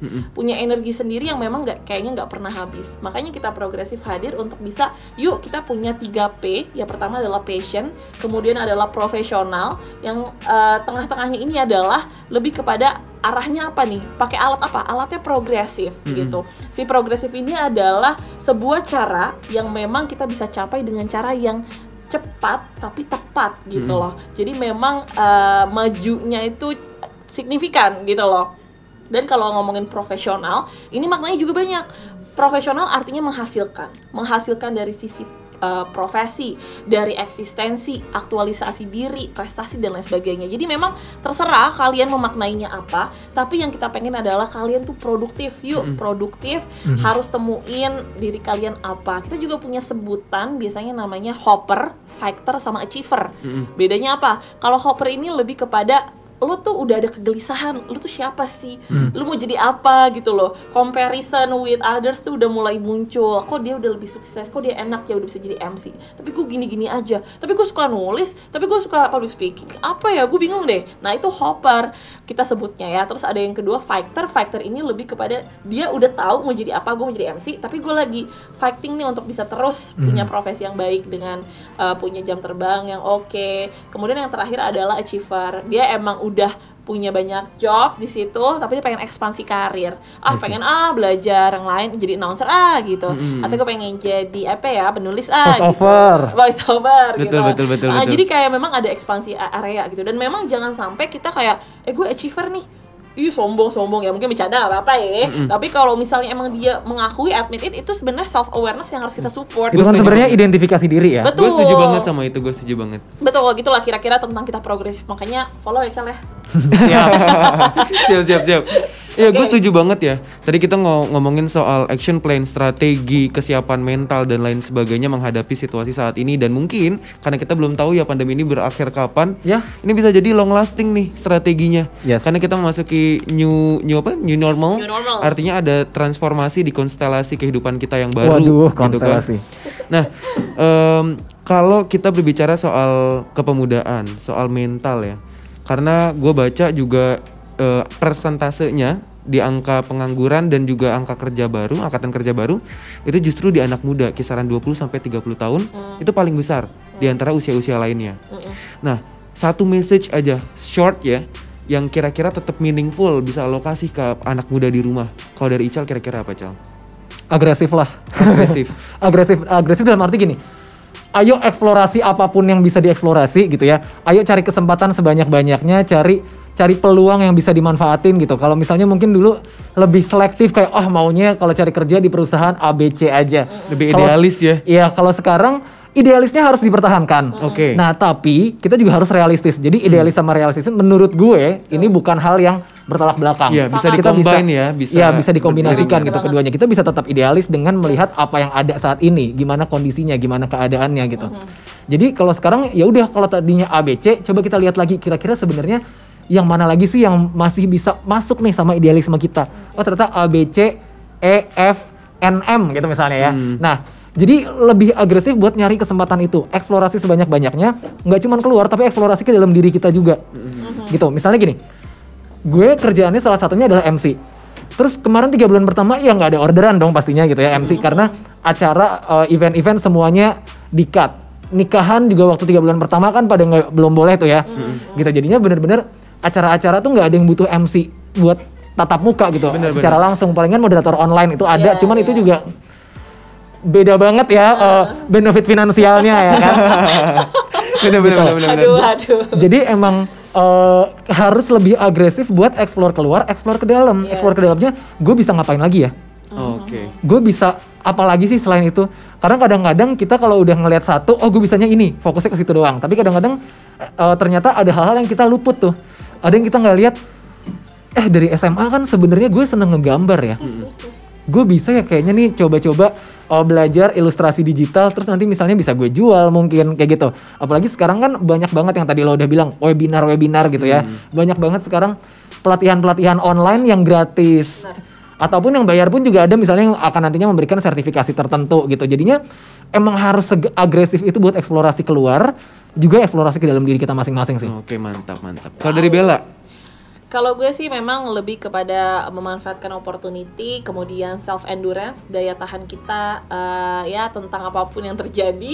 yang memang kayaknya nggak pernah habis. Makanya kita progresif hadir untuk bisa, yuk kita punya 3P. Yang pertama adalah passion, kemudian adalah profesional, yang tengah-tengahnya ini adalah lebih kepada arahnya apa nih? Pakai alat apa? Alatnya progresif gitu. Si progresif ini adalah sebuah cara yang memang kita bisa capai dengan cara yang cepat tapi tepat gitu loh. Jadi memang majunya itu signifikan gitu loh. Dan kalau ngomongin profesional, ini maknanya juga banyak. Profesional artinya menghasilkan dari sisi profesi, dari eksistensi, aktualisasi diri, prestasi dan lain sebagainya. Jadi memang terserah kalian memaknainya apa, tapi yang kita pengen adalah kalian tuh produktif. Yuk, produktif, harus temuin diri kalian apa. Kita juga punya sebutan biasanya namanya hopper, fighter sama achiever. Bedanya apa? Kalau hopper ini lebih kepada lo tuh udah ada kegelisahan, lo tuh siapa sih, lo mau jadi apa gitu loh. Comparison with others tuh udah mulai muncul. Kok dia udah lebih sukses, kok dia enak ya udah bisa jadi MC, tapi gue gini-gini aja, tapi gue suka nulis, tapi gue suka public speaking, apa ya, gue bingung deh. Nah itu hopper kita sebutnya ya. Terus ada yang kedua fighter ini lebih kepada dia udah tahu mau jadi apa, gue mau jadi MC, tapi gue lagi fighting nih untuk bisa terus punya profesi yang baik dengan punya jam terbang yang oke. Kemudian yang terakhir adalah achiever, dia emang udah punya banyak job di situ, tapi dia pengen ekspansi karir. Pengen belajar yang lain, jadi announcer gitu. Atau gue pengen jadi apa ya, penulis voice over gitu. Betul. Jadi kayak memang ada ekspansi area gitu. Dan memang jangan sampai kita kayak gue achiever nih, sombong ya, mungkin bercanda apa ya. Tapi kalau misalnya emang dia mengakui, admit itu sebenarnya self awareness yang harus kita support. Itu kan sebenarnya identifikasi diri ya. Betul. Gue setuju banget sama itu, gue setuju banget. Betul, gitulah kira-kira tentang kita progresif. Makanya follow ya Cal ya. Siap. Iya, gue setuju banget ya. Tadi kita ngomongin soal action plan, strategi, kesiapan mental dan lain sebagainya menghadapi situasi saat ini. Dan mungkin karena kita belum tahu ya pandemi ini berakhir kapan. Ya. Ini bisa jadi long lasting nih strateginya. Yes. Karena kita memasuki new normal. New normal. Artinya ada transformasi di konstelasi kehidupan kita yang baru. Waduh, gitu konstelasi. kan. Nah, kalau kita berbicara soal kepemudaan, soal mental ya. Karena gue baca juga persentasenya di angka pengangguran dan juga angka kerja baru, angkatan kerja baru itu justru di anak muda kisaran 20 sampai 30 tahun itu paling besar di antara usia-usia lainnya. Nah, satu message aja short ya yang kira-kira tetap meaningful bisa alokasi ke anak muda di rumah. Kalau dari Ical kira-kira apa, Cal? Agresif lah. Agresif dalam arti gini. Ayo eksplorasi apapun yang bisa dieksplorasi gitu ya. Ayo cari kesempatan sebanyak-banyaknya, cari peluang yang bisa dimanfaatin gitu. Kalau misalnya mungkin dulu lebih selektif kayak maunya kalau cari kerja di perusahaan ABC aja. Lebih idealis ya. Iya, kalau sekarang idealisnya harus dipertahankan. Oke. Nah, tapi kita juga harus realistis. Jadi idealis sama realistis menurut gue ini bukan hal yang bertolak belakang. Iya, bisa Kita dikombin ya, bisa dikombinasikan gitu keduanya. Kita bisa tetap idealis dengan melihat apa yang ada saat ini, gimana kondisinya, gimana keadaannya gitu. Jadi kalau sekarang ya udah, kalau tadinya ABC, coba kita lihat lagi kira-kira sebenarnya yang mana lagi sih yang masih bisa masuk nih sama idealisme kita. Oh, ternyata ABC, E, F, N, M gitu misalnya ya. Nah, jadi lebih agresif buat nyari kesempatan itu, eksplorasi sebanyak-banyaknya, nggak cuma keluar tapi eksplorasi ke dalam diri kita juga, gitu. Misalnya gini, gue kerjaannya salah satunya adalah MC. Terus kemarin 3 bulan pertama ya nggak ada orderan dong pastinya gitu ya MC, karena acara event-event semuanya di-cut. Nikahan juga waktu 3 bulan pertama kan pada belum boleh tuh ya, gitu. Jadinya bener-bener acara-acara tuh nggak ada yang butuh MC buat tatap muka gitu, secara langsung. Palingan moderator online itu ada, cuman itu juga beda banget ya benefit finansialnya ya kan. Bener. Aduh. Jadi emang harus lebih agresif buat explore keluar, explore ke dalam. Explore ke dalamnya gue bisa ngapain lagi ya? Oke. Gue bisa apa lagi sih selain itu? Karena kadang-kadang kita kalau udah ngelihat satu, gue bisanya ini, fokusnya ke situ doang. Tapi kadang-kadang ternyata ada hal-hal yang kita luput tuh. Ada yang kita nggak lihat. Dari SMA kan sebenarnya gue seneng ngegambar ya. Gue bisa ya kayaknya nih coba-coba belajar ilustrasi digital, terus nanti misalnya bisa gue jual mungkin kayak gitu. Apalagi sekarang kan banyak banget yang tadi lo udah bilang webinar gitu ya. Banyak banget sekarang pelatihan-pelatihan online yang gratis. Ataupun yang bayar pun juga ada, misalnya yang akan nantinya memberikan sertifikasi tertentu gitu. Jadinya emang harus agresif itu buat eksplorasi keluar, juga eksplorasi ke dalam diri kita masing-masing sih. Oke, mantap. Kalau dari Bella? Kalau gue sih memang lebih kepada memanfaatkan opportunity, kemudian self endurance, daya tahan kita ya tentang apapun yang terjadi,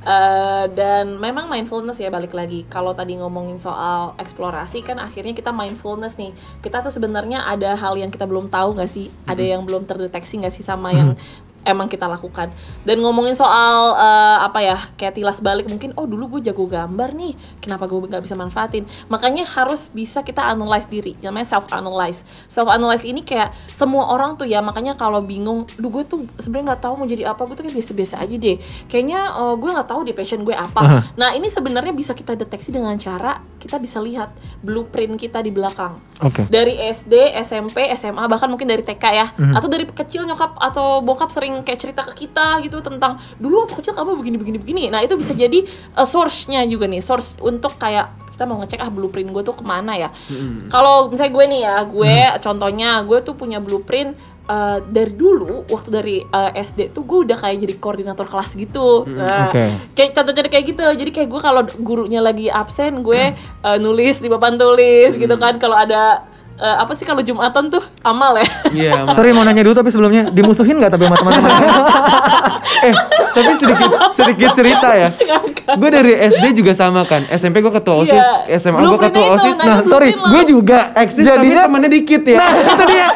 dan memang mindfulness ya, balik lagi. Kalau tadi ngomongin soal eksplorasi kan akhirnya kita mindfulness nih. Kita tuh sebenarnya ada hal yang kita belum tahu nggak sih? Ada yang belum terdeteksi nggak sih sama yang emang kita lakukan. Dan ngomongin soal kayak tilas balik, mungkin dulu gue jago gambar nih, kenapa gue nggak bisa manfaatin. Makanya harus bisa kita analyze diri, namanya self analyze ini kayak semua orang tuh ya. Makanya kalau bingung, gue tuh sebenarnya nggak tahu mau jadi apa, gue tuh kayak biasa-biasa aja deh, kayaknya gue nggak tahu deh passion gue apa. Nah ini sebenarnya bisa kita deteksi dengan cara kita bisa lihat blueprint kita di belakang. Dari SD, SMP, SMA, bahkan mungkin dari TK ya, atau dari kecil nyokap atau bokap sering kayak cerita ke kita gitu tentang dulu waktu kecil kamu begini. Nah itu bisa jadi source-nya juga nih, source untuk kayak kita mau ngecek blueprint gue tuh kemana ya. Kalau misalnya gue nih ya, contohnya gue tuh punya blueprint dari dulu waktu dari SD tuh gue udah kayak jadi koordinator kelas gitu. Nah, kayak contohnya kayak gitu. Jadi kayak gue kalau gurunya lagi absen, gue nulis di papan tulis gitu kan. Kalau ada apa sih kalau Jumatan tuh amal ya? Iya. Sorry mau nanya dulu tapi sebelumnya dimusuhin nggak tapi sama teman-teman? Tapi sedikit cerita ya. Gue dari SD juga sama kan. SMP gue ketua OSIS, SMA gue ketua OSIS. Nah, sorry, gue juga eksis tapi temennya dikit ya. Nah, itu dia.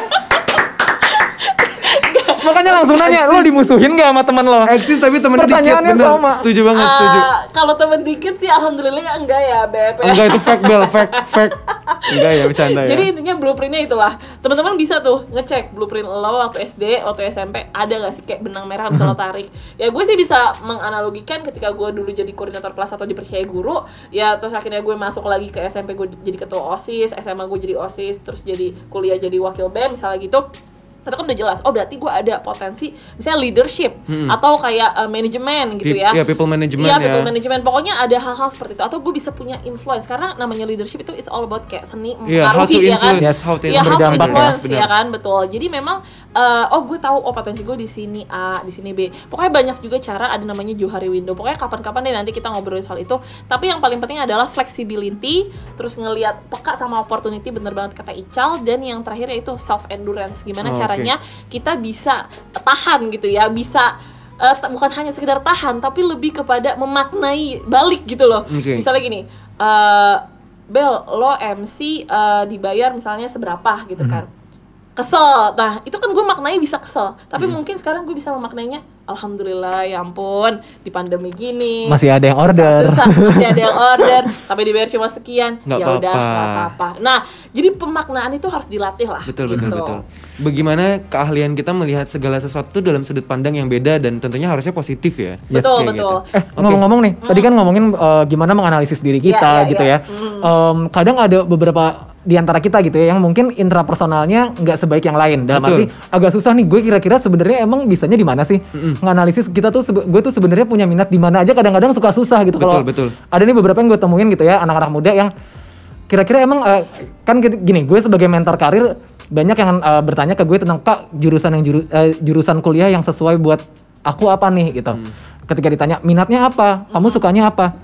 Makanya langsung nanya, lo dimusuhin gak sama temen lo? Eksis tapi temennya dikit, bener. Sama. Setuju banget, setuju. Kalau temen dikit sih alhamdulillah enggak ya, Beb. Enggak, itu fake Bel, fake. Enggak ya, bercanda ya. Jadi intinya blueprintnya itulah. Teman-teman bisa tuh ngecek blueprint lo waktu SD, waktu SMP ada gak sih kayak benang merah bisa lo tarik. Ya gue sih bisa menganalogikan ketika gue dulu jadi koordinator kelas atau dipercaya guru, ya terus akhirnya gue masuk lagi ke SMP, gue jadi ketua OSIS, SMA gue jadi OSIS, terus jadi kuliah jadi wakil BEM misalnya gitu. Itu kan udah jelas, berarti gue ada potensi misalnya leadership atau kayak manajemen gitu ya. Iya, people management ya. Iya, people management. Pokoknya ada hal-hal seperti itu. Atau gue bisa punya influence, karena namanya leadership itu is all about kayak seni mempengaruhi ya kan. How to how to influence ya kan, betul. Jadi memang gue tahu potensi gue di sini A, di sini B. Pokoknya banyak juga cara, ada namanya Johari Window. Pokoknya kapan-kapan deh nanti kita ngobrolin soal itu. Tapi yang paling penting adalah flexibility, terus ngelihat peka sama opportunity, bener banget kata Ical, dan yang terakhir yaitu self endurance. Gimana caranya kita bisa tahan gitu ya, bisa bukan hanya sekedar tahan tapi lebih kepada memaknai balik gitu loh. Misalnya gini, Bel, lo MC dibayar misalnya seberapa gitu kan, kesel. Nah itu kan gue maknanya bisa kesel, tapi mungkin sekarang gue bisa memaknainya alhamdulillah, ya ampun, di pandemi gini masih ada yang order, masih ada yang order, tapi dibayar cuma sekian, ya udah nggak apa-apa. Nah, jadi pemaknaan itu harus dilatih lah. Betul. Bagaimana keahlian kita melihat segala sesuatu dalam sudut pandang yang beda dan tentunya harusnya positif ya. Betul. Gitu. Ngomong-ngomong nih, tadi kan ngomongin gimana menganalisis diri kita gitu ya. Kadang ada beberapa di antara kita gitu ya yang mungkin intrapersonalnya nggak sebaik yang lain. Dalam arti agak susah nih, gue kira-kira sebenarnya emang bisanya di mana sih? Nganalisis kita tuh gue tuh sebenarnya punya minat di mana aja, kadang-kadang suka susah gitu. Kalau ada nih beberapa yang gue temuin gitu ya, anak-anak muda yang kira-kira emang kan gini, gue sebagai mentor karir banyak yang bertanya ke gue tentang Kak, jurusan kuliah yang sesuai buat aku apa nih gitu. Ketika ditanya minatnya apa, kamu sukanya apa?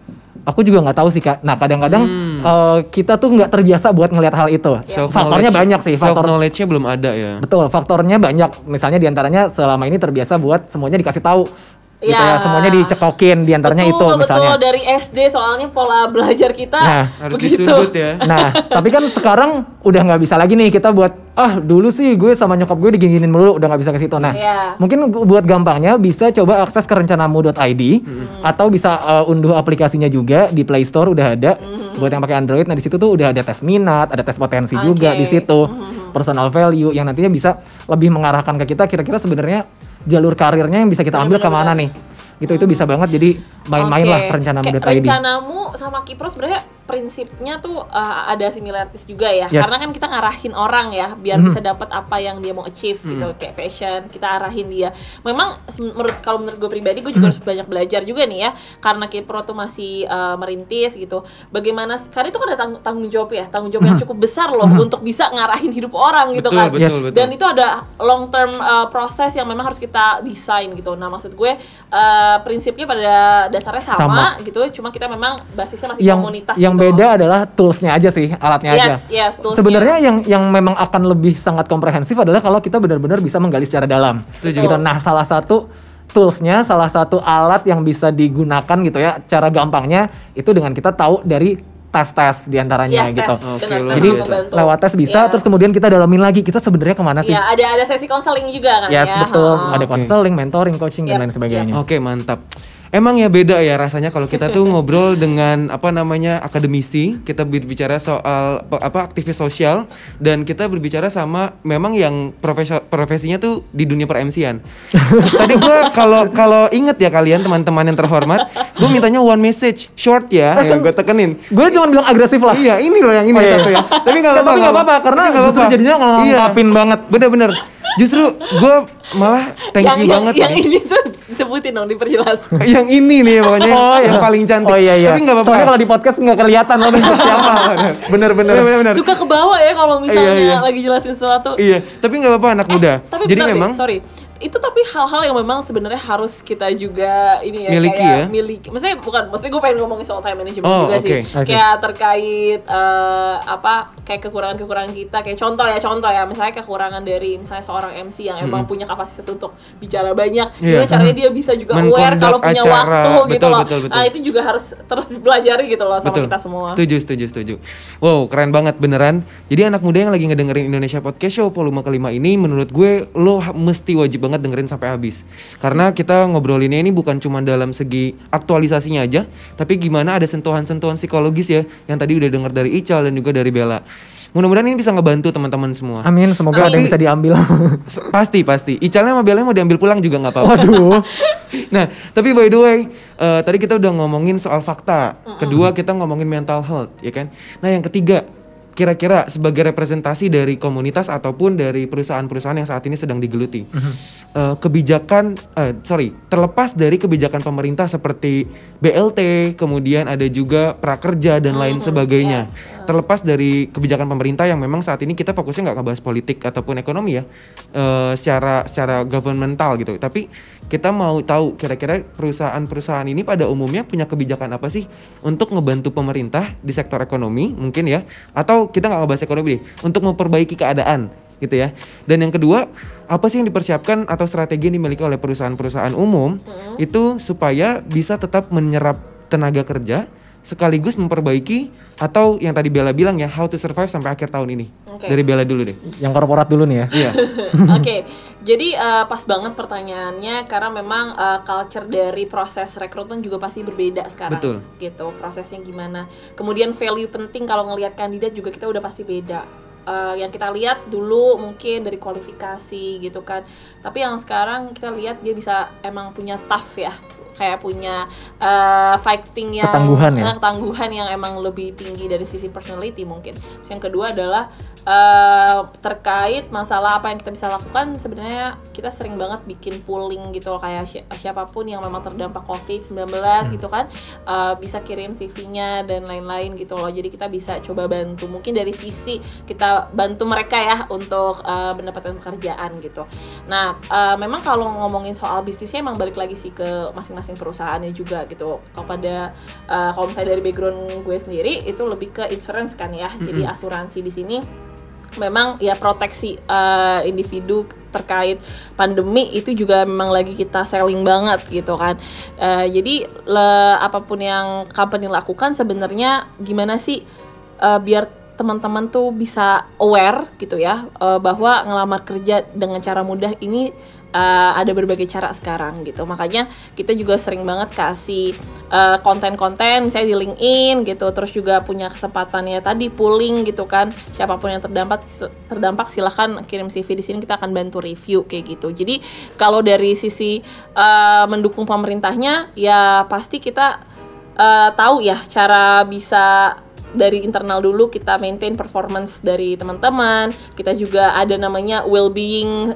Aku juga nggak tahu sih Kak. Nah kadang-kadang kita tuh nggak terbiasa buat ngelihat hal itu. Faktornya banyak sih. Self knowledge-nya belum ada ya. Betul, faktornya banyak. Misalnya diantaranya selama ini terbiasa buat semuanya dikasih tahu. Gitu ya, semuanya dicekokin, diantaranya itu misalnya. Betul, dari SD soalnya pola belajar kita harus disudut ya. Nah, tapi kan sekarang udah nggak bisa lagi nih kita buat dulu sih gue sama nyokap gue diginiin mulu, udah nggak bisa ke situ. Nah, mungkin buat gampangnya bisa coba akses ke rencanamu.id atau bisa unduh aplikasinya juga di Play Store, udah ada. Buat yang pakai Android, nah di situ tuh udah ada tes minat, ada tes potensi juga di situ. Personal value yang nantinya bisa lebih mengarahkan ke kita kira-kira sebenarnya jalur karirnya yang bisa kita ambil kemana nih. Gitu, itu bisa banget, jadi main-main lah ke rencanamu.id. Rencanamu sama Kipro sebenarnya prinsipnya tuh ada similarities juga ya. Karena kan kita ngarahin orang ya biar bisa dapat apa yang dia mau achieve gitu, kayak passion, kita arahin dia. Memang kalau menurut gue pribadi, gue juga harus banyak belajar juga nih ya, karena Kipro tuh masih merintis gitu. Bagaimana, karena itu kan ada tanggung jawab ya, tanggung jawab yang cukup besar loh untuk bisa ngarahin hidup orang gitu kan. Betul. Dan itu ada long term proses yang memang harus kita desain gitu. Nah maksud gue prinsipnya pada dasarnya sama gitu, cuma kita memang basisnya masih komunitas. Yang beda adalah toolsnya aja sih, alatnya aja. Sebenarnya yang memang akan lebih sangat komprehensif adalah kalau kita benar-benar bisa menggali secara dalam. Gitu. Nah, salah satu toolsnya, salah satu alat yang bisa digunakan gitu ya, cara gampangnya itu dengan kita tahu dari tes diantaranya gitu. Jadi lewat tes bisa, terus kemudian kita dalamin lagi kita sebenarnya kemana sih? Ya ada sesi konseling juga kan ya. Betul. Ada konseling, mentoring, coaching dan lain sebagainya. Oke, mantap. Emang ya beda ya rasanya kalau kita tuh ngobrol dengan akademisi, kita berbicara soal aktivis sosial, dan kita berbicara sama memang yang profesinya tuh di dunia per-MC-an. Tadi gue kalau inget ya kalian teman-teman yang terhormat, gue mintanya one message short ya gue tekenin. Gue cuma bilang agresif lah. Iya, ini loh yang ini ya. Tapi nggak apa-apa karena justru jadinya ngangkapin banget. Bener-bener. Justru gue malah thank you banget yang nih. ini tuh sebutin dong, diperjelas. Yang ini nih pokoknya yang paling cantik. Oh iya. Tapi nggak apa-apa. Soalnya kalau di podcast nggak kelihatan loh siapa. Bener-bener. Bener. Suka ke bawah ya kalau misalnya Iya. lagi jelasin sesuatu. Iya, tapi nggak apa-apa anak muda. Tapi Jadi bentar deh, memang sorry. Itu tapi hal-hal yang memang sebenarnya harus kita juga ini ya Miliki kayak ya? miliki. Maksudnya gue pengen ngomongin soal time management Oh, juga oke. sih. I see. Kayak terkait kayak kekurangan-kekurangan kita, kayak contoh ya, misalnya kekurangan dari misalnya seorang MC yang emang punya kapasitas untuk bicara banyak, Iya. gimana caranya dia bisa juga aware Men-conduct kalau punya acara. waktu gitu Betul, loh. betul. Nah, itu juga harus terus dipelajari gitu loh sama kita semua. Setuju. Wow, keren banget beneran. Jadi anak muda yang lagi ngedengerin Indonesia Podcast Show volume kelima ini, menurut gue lo mesti wajib banget dengerin sampai habis. Karena kita ngobrolinnya ini bukan cuma dalam segi aktualisasinya aja, tapi gimana ada sentuhan-sentuhan psikologis ya, yang tadi udah denger dari Ical dan juga dari Bella. Mudah-mudahan ini bisa ngebantu teman-teman semua. Amin, semoga ada yang bisa diambil. Pasti. Icalnya sama Bella mau diambil pulang juga nggak apa-apa. Waduh. Nah, tapi by the way, tadi kita udah ngomongin soal fakta. Kedua, kita ngomongin mental health, ya kan? Nah, yang ketiga, kira-kira sebagai representasi dari komunitas ataupun dari perusahaan-perusahaan yang saat ini sedang digeluti, terlepas dari kebijakan pemerintah seperti BLT, kemudian ada juga prakerja dan lain sebagainya. Terlepas dari kebijakan pemerintah yang memang saat ini kita fokusnya nggak ngebahas politik ataupun ekonomi ya, secara governmental gitu. Tapi kita mau tahu kira-kira perusahaan-perusahaan ini pada umumnya punya kebijakan apa sih untuk ngebantu pemerintah di sektor ekonomi mungkin ya, atau kita nggak ngebahas ekonomi deh, untuk memperbaiki keadaan gitu ya. Dan yang kedua, apa sih yang dipersiapkan atau strategi yang dimiliki oleh perusahaan-perusahaan umum itu supaya bisa tetap menyerap tenaga kerja sekaligus memperbaiki, atau yang tadi Bella bilang ya, how to survive sampai akhir tahun ini. Oke. Dari Bella dulu deh. Yang korporat dulu nih ya. Iya. Oke, jadi pas banget pertanyaannya karena memang culture dari proses rekrutmen juga pasti berbeda sekarang. Betul. Gitu, prosesnya gimana. Kemudian value penting kalau ngelihat kandidat juga kita udah pasti beda. Yang kita lihat dulu mungkin dari kualifikasi gitu kan. Tapi yang sekarang kita lihat dia bisa emang punya tough ya. Kayak punya fighting yang ketangguhan yang emang lebih tinggi dari sisi personality mungkin. Terus yang kedua adalah terkait masalah apa yang kita bisa lakukan. Sebenarnya kita sering banget bikin pooling gitu loh, kayak siapapun yang memang terdampak COVID-19 gitu kan, bisa kirim CV-nya dan lain-lain gitu loh. Jadi kita bisa coba bantu, mungkin dari sisi kita bantu mereka ya untuk mendapatkan pekerjaan gitu. Nah, memang kalau ngomongin soal bisnisnya emang balik lagi sih ke masing-masing perusahaannya juga gitu. Kalau misalnya dari background gue sendiri itu lebih ke insurance kan ya. Jadi asuransi di sini memang ya proteksi individu terkait pandemi itu juga memang lagi kita selling banget gitu kan. Jadi apapun yang company lakukan sebenarnya gimana sih biar teman-teman tuh bisa aware gitu ya, bahwa ngelamar kerja dengan cara mudah ini ada berbagai cara sekarang gitu. Makanya kita juga sering banget kasih konten-konten misalnya di LinkedIn gitu. Terus juga punya kesempatan ya tadi pooling gitu kan. Siapapun yang terdampak silahkan kirim CV di sini, kita akan bantu review kayak gitu. Jadi kalau dari sisi mendukung pemerintahnya ya pasti kita tahu ya cara bisa dari internal dulu kita maintain performance dari teman-teman. Kita juga ada namanya well-being,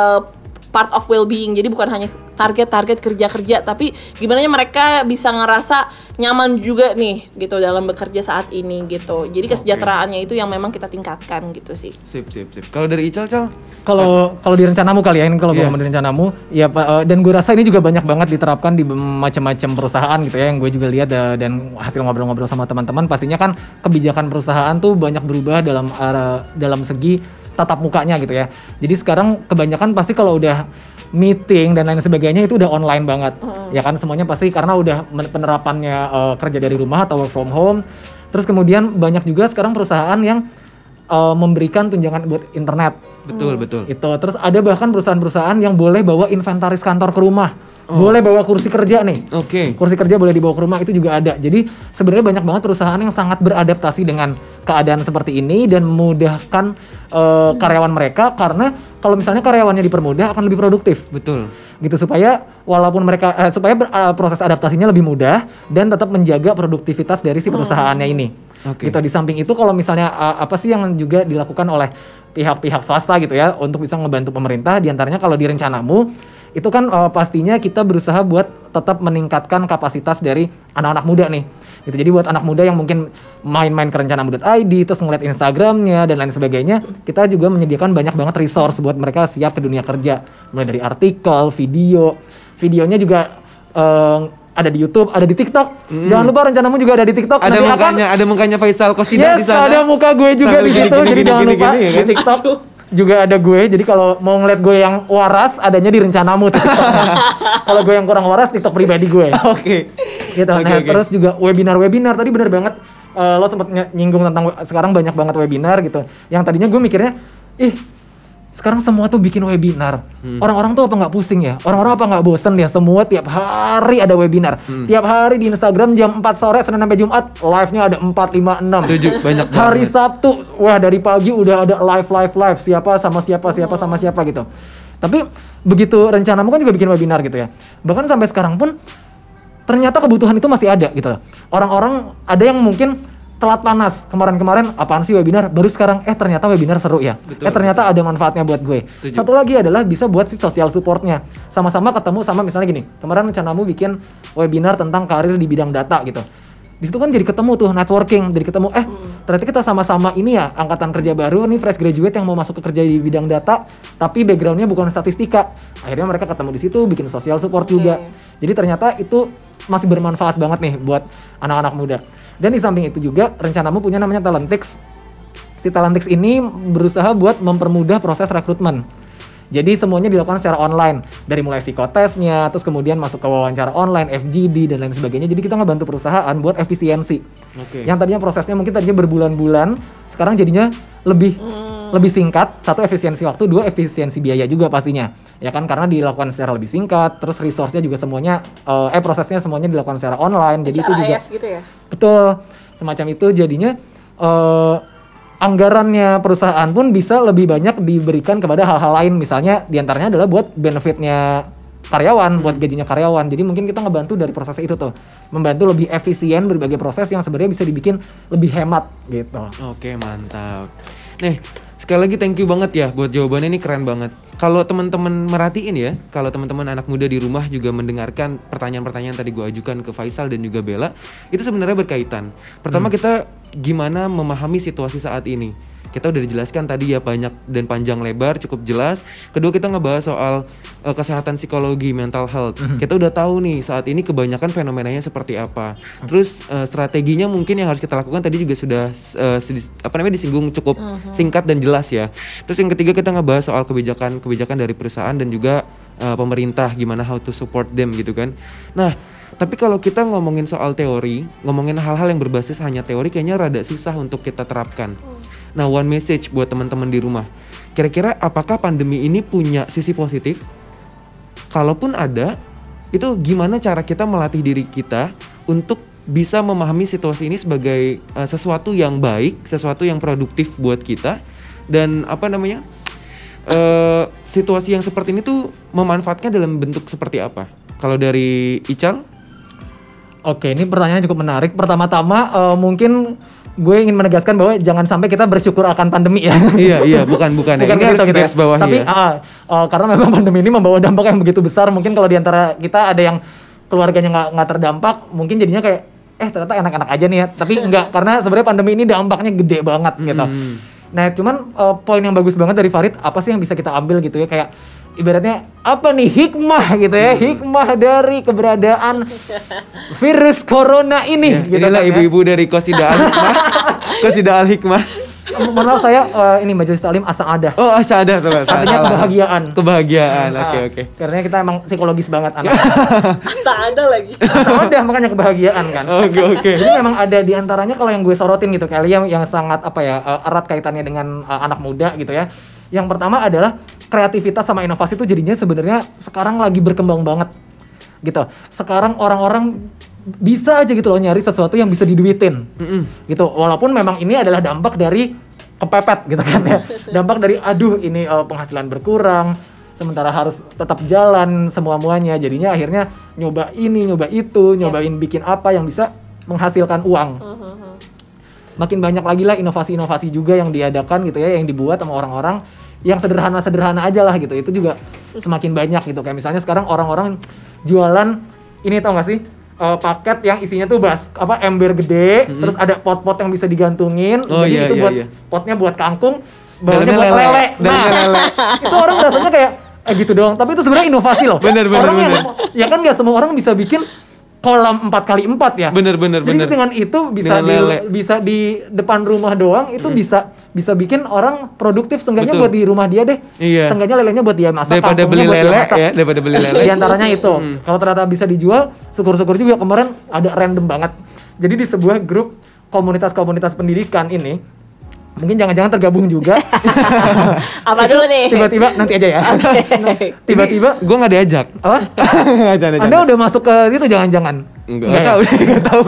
part of well-being. Jadi bukan hanya target kerja, tapi gimana mereka bisa ngerasa nyaman juga nih gitu dalam bekerja saat ini gitu. Jadi kesejahteraannya itu yang memang kita tingkatkan gitu sih. Sip. Kalau dari Ical, Cal? Kalau di rencanamu kali ya, ini kalau gue ngomong di rencanamu ya Pak, dan gue rasa ini juga banyak banget diterapkan di macam-macam perusahaan gitu ya, yang gue juga lihat dan hasil ngobrol-ngobrol sama teman-teman, pastinya kan kebijakan perusahaan tuh banyak berubah dalam segi tatap mukanya gitu ya. Jadi sekarang kebanyakan pasti kalau udah meeting dan lain sebagainya itu udah online banget. Ya kan, semuanya pasti karena udah penerapannya kerja dari rumah atau work from home. Terus kemudian banyak juga sekarang perusahaan yang memberikan tunjangan buat internet. Betul. Itu. Terus ada bahkan perusahaan-perusahaan yang boleh bawa inventaris kantor ke rumah. Boleh bawa kursi kerja nih. Oke. Kursi kerja boleh dibawa ke rumah, itu juga ada. Jadi sebenarnya banyak banget perusahaan yang sangat beradaptasi dengan keadaan seperti ini dan memudahkan karyawan mereka, karena kalau misalnya karyawannya dipermudah akan lebih produktif. Betul. Gitu, supaya walaupun mereka proses adaptasinya lebih mudah dan tetap menjaga produktivitas dari si perusahaannya ini. Oke. Gitu. Di samping itu kalau misalnya apa sih yang juga dilakukan oleh pihak-pihak swasta gitu ya untuk bisa ngebantu pemerintah, diantaranya kalau di rencanamu itu kan pastinya kita berusaha buat tetap meningkatkan kapasitas dari anak-anak muda nih. Gitu. Jadi buat anak muda yang mungkin main-main ke rencanamu.id terus ngeliat Instagramnya dan lain sebagainya, kita juga menyediakan banyak banget resource buat mereka siap ke dunia kerja, mulai dari artikel, videonya juga ada di YouTube, ada di TikTok. Jangan lupa rencanamu juga ada di TikTok. Ada mukanya Faisal Qosida di sana. Ada muka gue juga Sambil di situ. Jadi jangan lupa ya kan? di TikTok juga ada gue. Jadi kalau mau ngeliat gue yang waras, adanya di rencanamu TikToknya. Kalau gue yang kurang waras, TikTok pribadi gue. Oke. Gitu. Nah, terus juga webinar tadi bener banget. Lo sempat nyinggung tentang sekarang banyak banget webinar gitu. Yang tadinya gue mikirnya, sekarang semua tuh bikin webinar. Orang-orang tuh apa nggak pusing ya? Orang-orang apa nggak bosen ya? Semua tiap hari ada webinar. Tiap hari di Instagram jam 4 sore Senin sampai Jumat live-nya ada 4, 5, 6. Setuju, banyak banget. Hari Sabtu, wah dari pagi udah ada live. Siapa sama siapa gitu. Tapi begitu rencanamu kan juga bikin webinar gitu ya. Bahkan sampai sekarang pun ternyata kebutuhan itu masih ada gitu. Orang-orang ada yang mungkin telat panas. Kemarin-kemarin apaan sih webinar? Baru sekarang ternyata webinar seru ya. Ternyata ada manfaatnya buat gue. Setuju. Satu lagi adalah bisa buat si social supportnya. Sama-sama ketemu sama misalnya gini. Kemarin rencanamu bikin webinar tentang karir di bidang data gitu. Di situ kan jadi ketemu tuh networking, jadi ketemu ternyata kita sama-sama ini ya angkatan kerja baru nih fresh graduate yang mau masuk ke kerja di bidang data tapi backgroundnya bukan statistika. Akhirnya mereka ketemu di situ bikin social support juga. Jadi ternyata itu masih bermanfaat banget nih buat anak-anak muda. Dan di samping itu juga rencanamu punya namanya Talentix. Si Talentix ini berusaha buat mempermudah proses rekrutmen. Jadi semuanya dilakukan secara online, dari mulai psikotesnya, terus kemudian masuk ke wawancara online, FGD dan lain sebagainya. Jadi kita ngebantu perusahaan buat efisiensi. Yang tadinya prosesnya mungkin berbulan-bulan, sekarang jadinya lebih singkat. Satu, efisiensi waktu, dua, efisiensi biaya juga pastinya. Ya kan, karena dilakukan secara lebih singkat, terus resource-nya juga semuanya prosesnya semuanya dilakukan secara online. Jadi itu juga gitu ya. Betul. Semacam itu jadinya anggarannya perusahaan pun bisa lebih banyak diberikan kepada hal-hal lain, misalnya diantaranya adalah buat benefitnya karyawan, buat gajinya karyawan. Jadi mungkin kita ngebantu dari proses itu tuh, membantu lebih efisien berbagai proses yang sebenarnya bisa dibikin lebih hemat gitu. Oke, mantap. Nih, sekali lagi thank you banget ya buat jawabannya, ini keren banget. Kalau teman-teman merhatiin ya, kalau teman-teman anak muda di rumah juga mendengarkan pertanyaan-pertanyaan tadi gue ajukan ke Faisal dan juga Bella, itu sebenarnya berkaitan. Pertama kita gimana memahami situasi saat ini. Kita udah dijelaskan tadi ya banyak dan panjang lebar, cukup jelas. Kedua kita ngebahas soal kesehatan psikologi, mental health. Kita udah tahu nih saat ini kebanyakan fenomenanya seperti apa. Terus strateginya mungkin yang harus kita lakukan tadi juga sudah disinggung cukup singkat dan jelas ya. Terus yang ketiga kita ngebahas soal kebijakan dari perusahaan dan juga pemerintah, gimana how to support them gitu kan. Nah, tapi kalau kita ngomongin soal teori, ngomongin hal-hal yang berbasis hanya teori, kayaknya rada susah untuk kita terapkan. Nah, one message buat teman-teman di rumah. Kira-kira apakah pandemi ini punya sisi positif? Kalaupun ada, itu gimana cara kita melatih diri kita untuk bisa memahami situasi ini sebagai sesuatu yang baik, sesuatu yang produktif buat kita, dan situasi yang seperti ini tuh memanfaatkan dalam bentuk seperti apa? Kalau dari Ical? Oke, ini pertanyaan cukup menarik. Pertama-tama mungkin gue ingin menegaskan bahwa jangan sampai kita bersyukur akan pandemi ya. Iya, bukan ini harus gitu garis bawahi. Tapi ya. Karena memang pandemi ini membawa dampak yang begitu besar. Mungkin kalau diantara kita ada yang keluarganya nggak terdampak, mungkin jadinya kayak ternyata enak-enak aja nih ya. Tapi enggak, karena sebenarnya pandemi ini dampaknya gede banget gitu. Nah, cuman poin yang bagus banget dari Farid, apa sih yang bisa kita ambil gitu ya, kayak ibaratnya apa nih hikmah gitu ya, hikmah dari keberadaan virus corona ini. Gitu inilah kan, ibu-ibu dari Qosida Al-Hikmah. Qosida Al-Hikmah. Mohon maaf saya ini Majelis Taklim As-Sa'adah. Oh, As-Sa'adah salah. Artinya kebahagiaan. Kebahagiaan. Oke. Karena kita emang psikologis banget anak. As-Sa'adah lagi. As-Sa'adah makanya kebahagiaan kan. Oke. Jadi memang ada di antaranya kalau yang gue sorotin gitu kali yang sangat erat kaitannya dengan anak muda gitu ya. Yang pertama adalah kreativitas sama inovasi itu jadinya sebenarnya sekarang lagi berkembang banget gitu. Sekarang orang-orang bisa aja gitu loh nyari sesuatu yang bisa diduitin gitu. Walaupun memang ini adalah dampak dari kepepet gitu kan ya. Dampak dari ini penghasilan berkurang, sementara harus tetap jalan semua-muanya. Jadinya akhirnya nyoba ini, nyoba itu, nyobain bikin apa yang bisa menghasilkan uang. makin banyak lagi lah inovasi-inovasi juga yang diadakan gitu ya, yang dibuat sama orang-orang yang sederhana-sederhana aja lah gitu. Itu juga semakin banyak gitu. Kayak misalnya sekarang orang-orang jualan ini, tau gak sih? Paket yang isinya tuh ember gede, terus ada pot-pot yang bisa digantungin. Jadi itu buat potnya buat kangkung, bawahnya buat lele. Nah, itu orang rasanya kayak gitu doang. Tapi itu sebenarnya inovasi loh. Bener. Ya kan nggak semua orang bisa bikin kolam 4x4 ya. Bener. Jadi dengan itu bisa di depan rumah doang itu bisa bikin orang produktif, seenggaknya buat di rumah dia deh. Iya. Seenggaknya lelenya buat dia masak, daripada beli lele ya, daripada beli lele. Di antaranya itu. Kalau ternyata bisa dijual, syukur-syukur juga. Kemarin ada random banget. Jadi di sebuah grup komunitas-komunitas pendidikan ini, mungkin jangan-jangan tergabung juga. Apa dulu nih? Tiba-tiba nanti aja ya. Tiba-tiba Gue nggak diajak. apa? Anda udah masuk ke situ jangan-jangan? Nggak tahu.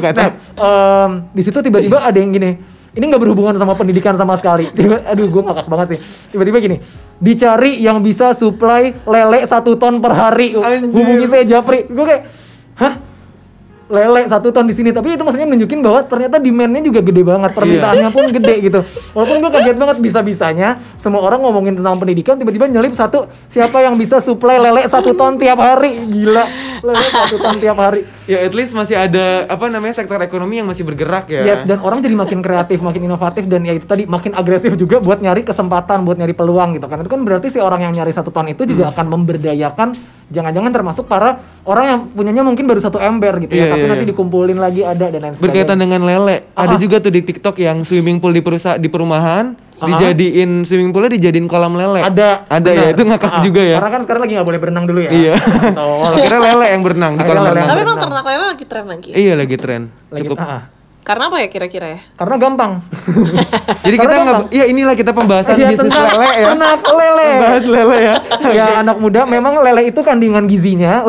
Di situ tiba-tiba ada yang gini. Ini nggak berhubungan sama pendidikan sama sekali. Aduh, gue ngakak banget sih. Tiba-tiba gini, dicari yang bisa supply lele 1 ton per hari. Hubungi saya Japri. Gue kayak, hah? Lele 1 ton di sini, tapi itu maksudnya nunjukin bahwa ternyata demand-nya juga gede banget, permintaannya pun gede gitu. Walaupun gue kaget banget bisa-bisanya semua orang ngomongin tentang pendidikan, tiba-tiba nyelip satu, siapa yang bisa supply lele 1 ton tiap hari. Gila, lele 1 ton tiap hari. Ya at least masih ada sektor ekonomi yang masih bergerak ya. Yes, dan orang jadi makin kreatif, makin inovatif, dan ya itu tadi makin agresif juga buat nyari kesempatan, buat nyari peluang gitu kan. Itu kan berarti si orang yang nyari 1 ton itu juga akan memberdayakan, jangan-jangan termasuk para orang yang punyanya mungkin baru 1 ember gitu ya, tapi nanti dikumpulin lagi ada dan lain sebagainya. Berkaitan dengan lele, ada juga tuh di TikTok yang swimming pool di perumahan dijadiin swimming poolnya dijadiin kolam lele. Ada ya, itu ngakak juga ya. Karena kan sekarang lagi nggak boleh berenang dulu ya. Iya. Kira lele yang berenang di kolam renang. Tapi emang ternak lele lagi tren lagi. Iya, lagi tren. Cukup. Karena apa ya kira-kira ya? Karena gampang. Jadi kita inilah kita pembahasan bisnis lele ya. Anak lele. Bahas lele ya. Ya anak muda, memang lele itu kandungan gizinya.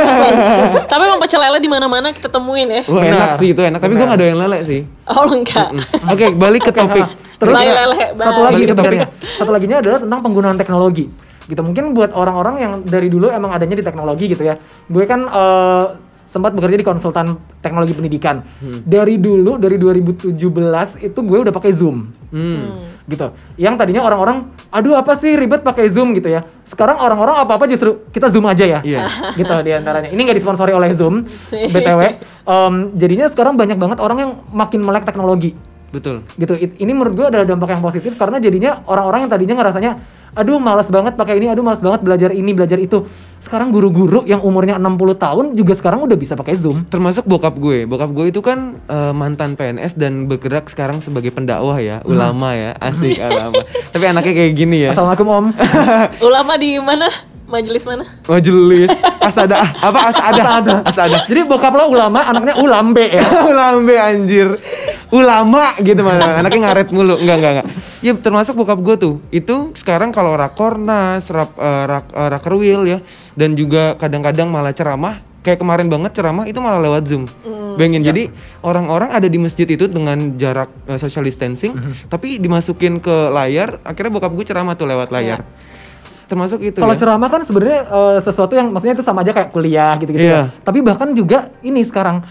Tapi emang pecel lele di mana-mana kita temuin ya. Wah, enak sih itu enak. Tapi gue nggak doyan lele sih. Oh enggak. Oke, balik ke topik. Terus lele. satu lagi sebenarnya. Satu laginya adalah tentang penggunaan teknologi. Gitu, mungkin buat orang-orang yang dari dulu emang adanya di teknologi gitu ya. Gue kan sempat bekerja di konsultan teknologi pendidikan. Dari dulu, dari 2017 itu gue udah pakai Zoom. Gitu. Yang tadinya orang-orang, aduh apa sih ribet pakai Zoom gitu ya. Sekarang orang-orang apa-apa justru kita Zoom aja ya. Gitu diantaranya. Ini nggak disponsori oleh Zoom, BTW. Jadinya sekarang banyak banget orang yang makin melek teknologi. Betul. Gitu. Ini menurut gue adalah dampak yang positif karena jadinya orang-orang yang tadinya ngerasanya aduh malas banget pakai ini, aduh malas banget belajar ini, belajar itu. Sekarang guru-guru yang umurnya 60 tahun juga sekarang udah bisa pakai Zoom. Termasuk bokap gue. Bokap gue itu kan mantan PNS dan bergerak sekarang sebagai pendakwah ya, ulama ya, asik ulama. Tapi anaknya kayak gini ya. Assalamualaikum Om. Ulama di mana? Majelis mana? Majelis Asada. Asada. Jadi bokap lo ulama, anaknya ulambe ya. Ulambe anjir. Ulama gitu malah. Anaknya ngaret mulu. Enggak. Ya termasuk bokap gue tuh. Itu sekarang kalau rakornas, rakerwil ya, dan juga kadang-kadang malah ceramah. Kayak kemarin banget ceramah itu malah lewat Zoom. Bayangin, jadi orang-orang ada di masjid itu dengan jarak social distancing, tapi dimasukin ke layar, akhirnya bokap gue ceramah tuh lewat layar. Termasuk itu. Kalau ya? ceramah kan sebenarnya sesuatu yang maksudnya itu sama aja kayak kuliah gitu-gitu ya. Tapi bahkan juga ini sekarang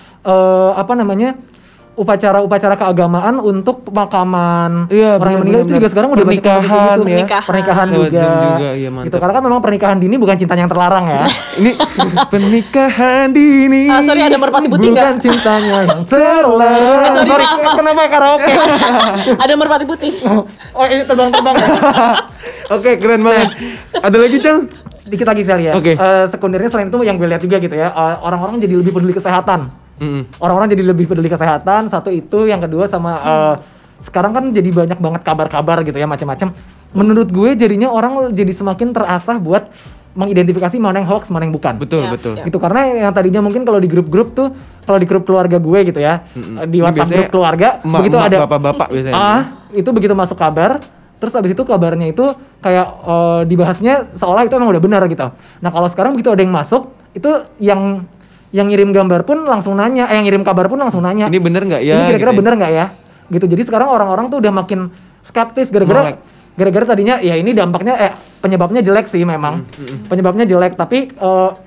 upacara-upacara keagamaan untuk pemakaman orang yang meninggal itu juga sekarang udah pernikahan banyak ya. Pernikahan juga. Iya, gitu. Karena kan memang pernikahan dini bukan cintanya yang terlarang ya. Ini pernikahan dini. Sorry, ada merpati putih bukan cintanya yang terlarang. Sorry, kenapa karaoke? Ada merpati putih. Oh, ini terbang-terbang ya. Oke, keren banget. Ada lagi, Cal? Dikit lagi kali ya. Sekundernya selain itu yang gue lihat juga gitu ya, orang-orang jadi lebih peduli kesehatan. Orang-orang jadi lebih peduli kesehatan. Satu itu, yang kedua sama sekarang kan jadi banyak banget kabar-kabar gitu ya, macam-macam. Menurut gue jadinya orang jadi semakin terasah buat mengidentifikasi mana yang hoax, mana yang bukan. Betul. Gitu, karena yang tadinya mungkin kalau di grup-grup tuh, kalau di grup keluarga gue gitu ya, di WhatsApp grup keluarga, begitu ada bapak-bapak biasanya. Itu begitu masuk kabar, terus abis itu kabarnya itu kayak dibahasnya seolah itu emang udah benar gitu. Nah kalau sekarang begitu ada yang masuk, itu yang ngirim gambar pun langsung nanya, yang ngirim kabar pun langsung nanya. Ini bener nggak ya? Ini kira-kira gitu bener nggak ya? Gitu. Jadi sekarang orang-orang tuh udah makin skeptis gara-gara tadinya ya ini dampaknya penyebabnya jelek sih memang. Penyebabnya jelek, tapi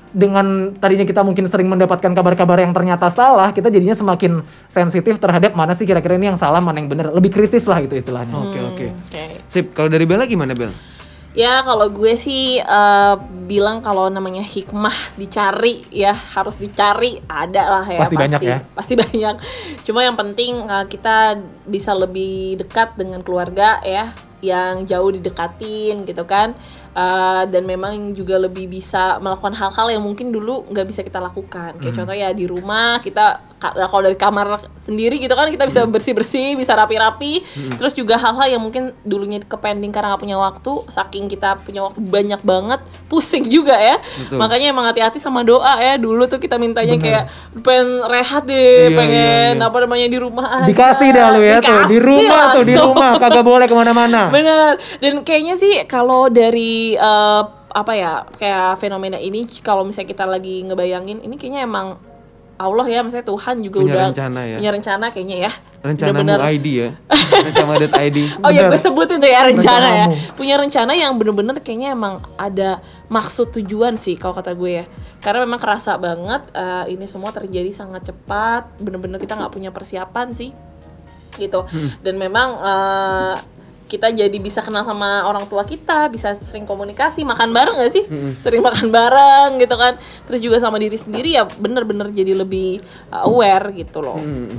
dengan tadinya kita mungkin sering mendapatkan kabar-kabar yang ternyata salah, kita jadinya semakin sensitif terhadap mana sih kira-kira ini yang salah, mana yang benar. Lebih kritis lah gitu istilahnya. Oke. Sip, kalau dari Bella gimana, Bel? Ya kalau gue sih bilang kalau namanya hikmah dicari ya, harus dicari, ada lah ya. Pasti banyak ya. Pasti banyak. Cuma yang penting kita bisa lebih dekat dengan keluarga ya, yang jauh didekatin gitu kan. Dan memang juga lebih bisa melakukan hal-hal yang mungkin dulu nggak bisa kita lakukan. Kayak contoh ya di rumah kita kalau dari kamar sendiri gitu kan kita bisa bersih-bersih, bisa rapi-rapi. Terus juga hal-hal yang mungkin dulunya kepending karena nggak punya waktu, saking kita punya waktu banyak banget, pusing juga ya. Betul. Makanya emang hati-hati sama doa ya. Dulu tuh kita mintanya kayak pengen rehat deh, pengen apa namanya di rumah aja. Dikasih dah lu ya tuh, di rumah langsung. tuh, di rumah kagak boleh kemana-mana. Bener. Dan kayaknya sih kalau dari apa ya, kayak fenomena ini kalau misalnya kita lagi ngebayangin ini kayaknya emang Allah ya, misalnya Tuhan juga Punya udah rencana ya. punya rencana kayaknya ya. Rencanamu Bener-bener. ID ya. Rencana.id. Oh ya, gue sebutin tuh ya rencana ya. Rencanamu. Punya rencana yang bener-bener kayaknya emang ada maksud tujuan sih kalau kata gue ya. Karena memang kerasa banget ini semua terjadi sangat cepat. Bener-bener kita nggak punya persiapan sih gitu. Dan memang kita jadi bisa kenal sama orang tua kita, bisa sering komunikasi, makan bareng gak sih? Sering makan bareng gitu kan. Terus juga sama diri sendiri ya bener-bener jadi lebih aware gitu loh.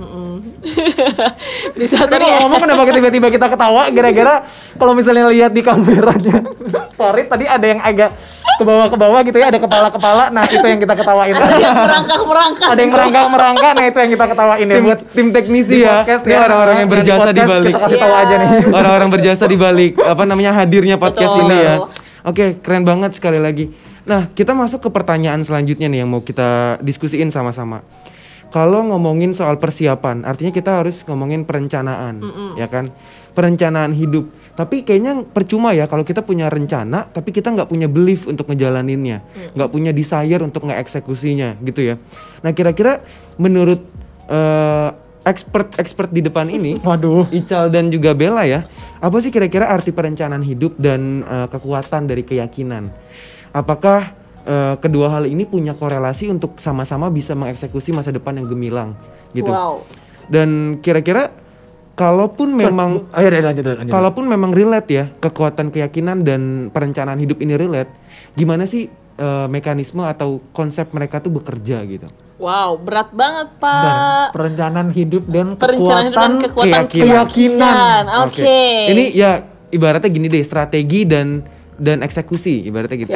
Bisa Tapi ngomong kenapa tiba-tiba kita ketawa gara-gara kalau misalnya lihat di kameranya Farid tadi ada yang agak ke bawah gitu ya, ada kepala-kepala. Nah, itu yang kita ketawain. ada yang merangkak-merangkak. Ada yang merangkak-merangkak, nah itu yang kita ketawain ya buat Tim teknisi di ya. podcast Ini orang-orang yang berjasa di balik. Kita kasih tahu aja nih. Orang-orang berjasa di balik apa namanya hadirnya podcast Betul. ini ya. Oke, keren banget sekali lagi. Nah, kita masuk ke pertanyaan selanjutnya nih yang mau kita diskusiin sama-sama. Kalau ngomongin soal persiapan, artinya kita harus ngomongin perencanaan, ya kan? Perencanaan hidup. Tapi kayaknya percuma ya kalau kita punya rencana, tapi kita nggak punya belief untuk ngejalaninnya, nggak punya desire untuk ngeeksekusinya, gitu ya. Nah, kira-kira menurut expert di depan ini, Waduh. Ical dan juga Bella ya, apa sih kira-kira arti perencanaan hidup dan kekuatan dari keyakinan? Apakah kedua hal ini punya korelasi untuk sama-sama bisa mengeksekusi masa depan yang gemilang gitu? Wow. Dan kira-kira kalaupun memang lanjut. kalaupun memang relate ya, kekuatan keyakinan dan perencanaan hidup ini relate, gimana sih mekanisme atau konsep mereka tuh bekerja gitu? Wow, berat banget, Bentar. Pak. Perencanaan hidup dan Perencanaan hidup dan kekuatan keyakinan. Oke. Ini ya ibaratnya gini deh, strategi dan eksekusi ibaratnya gitu.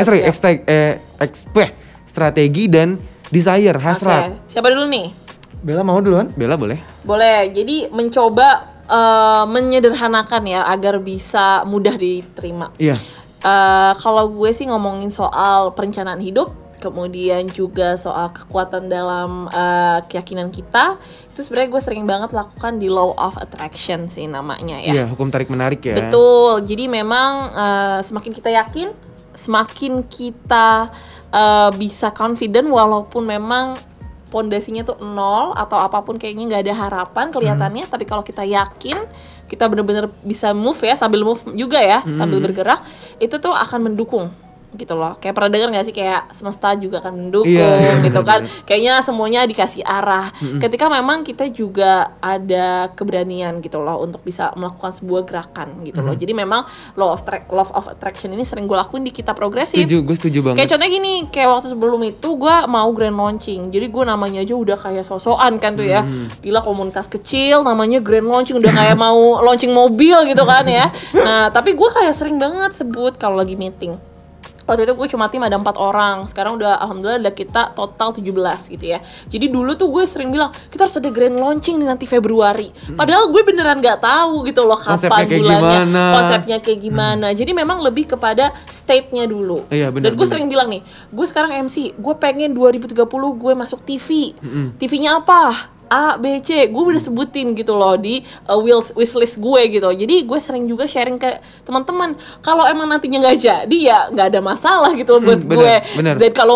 Strategi dan desire, hasrat. Oke. Siapa dulu nih? Bella mau duluan? Bella boleh? Boleh. Jadi mencoba menyederhanakan ya agar bisa mudah diterima. Iya. Kalau gue sih ngomongin soal perencanaan hidup, kemudian juga soal kekuatan dalam keyakinan kita, itu sebenarnya gue sering banget lakukan di law of attraction sih namanya ya. Iya, hukum tarik menarik ya. Betul. Jadi memang semakin kita yakin, semakin kita bisa confident walaupun memang pondasinya tuh nol atau apapun kayaknya nggak ada harapan kelihatannya, tapi kalau kita yakin kita benar-benar bisa move ya, sambil move juga ya, sambil bergerak, itu tuh akan mendukung gitu loh. Kayak pernah dengar nggak sih kayak semesta juga akan mendukung gitu kan? Kayaknya semuanya dikasih arah. Ketika memang kita juga ada keberanian gitu loh untuk bisa melakukan sebuah gerakan gitu loh. Jadi memang law of attraction ini sering gue lakuin di Kita Progresif. Gue setuju banget. Kayak contohnya gini, kayak waktu sebelum itu gue mau grand launching. Jadi gue namanya aja udah kayak sosokan kan tuh ya. Gila, komunitas kecil namanya grand launching, udah kayak mau launching mobil gitu kan ya. Nah, tapi gue kayak sering banget sebut kalau lagi meeting. Waktu itu gue cuma tim ada 4 orang. Sekarang udah alhamdulillah ada kita total 17 gitu ya. Jadi dulu tuh gue sering bilang kita harus ada grand launching nih nanti Februari. Padahal gue beneran nggak tahu gitu loh kapan bulannya, konsepnya kayak gimana. Jadi memang lebih kepada state-nya dulu. Iya, bener, Dan gue sering bilang nih, gue sekarang MC, gue pengen 2030 gue masuk TV. TV-nya apa? A, B, C, gue udah sebutin gitu loh di wishlist gue gitu. Jadi gue sering juga sharing ke teman-teman. Kalau emang nantinya nggak jadi ya nggak ada masalah gitu loh buat gue. Bener. Dan kalau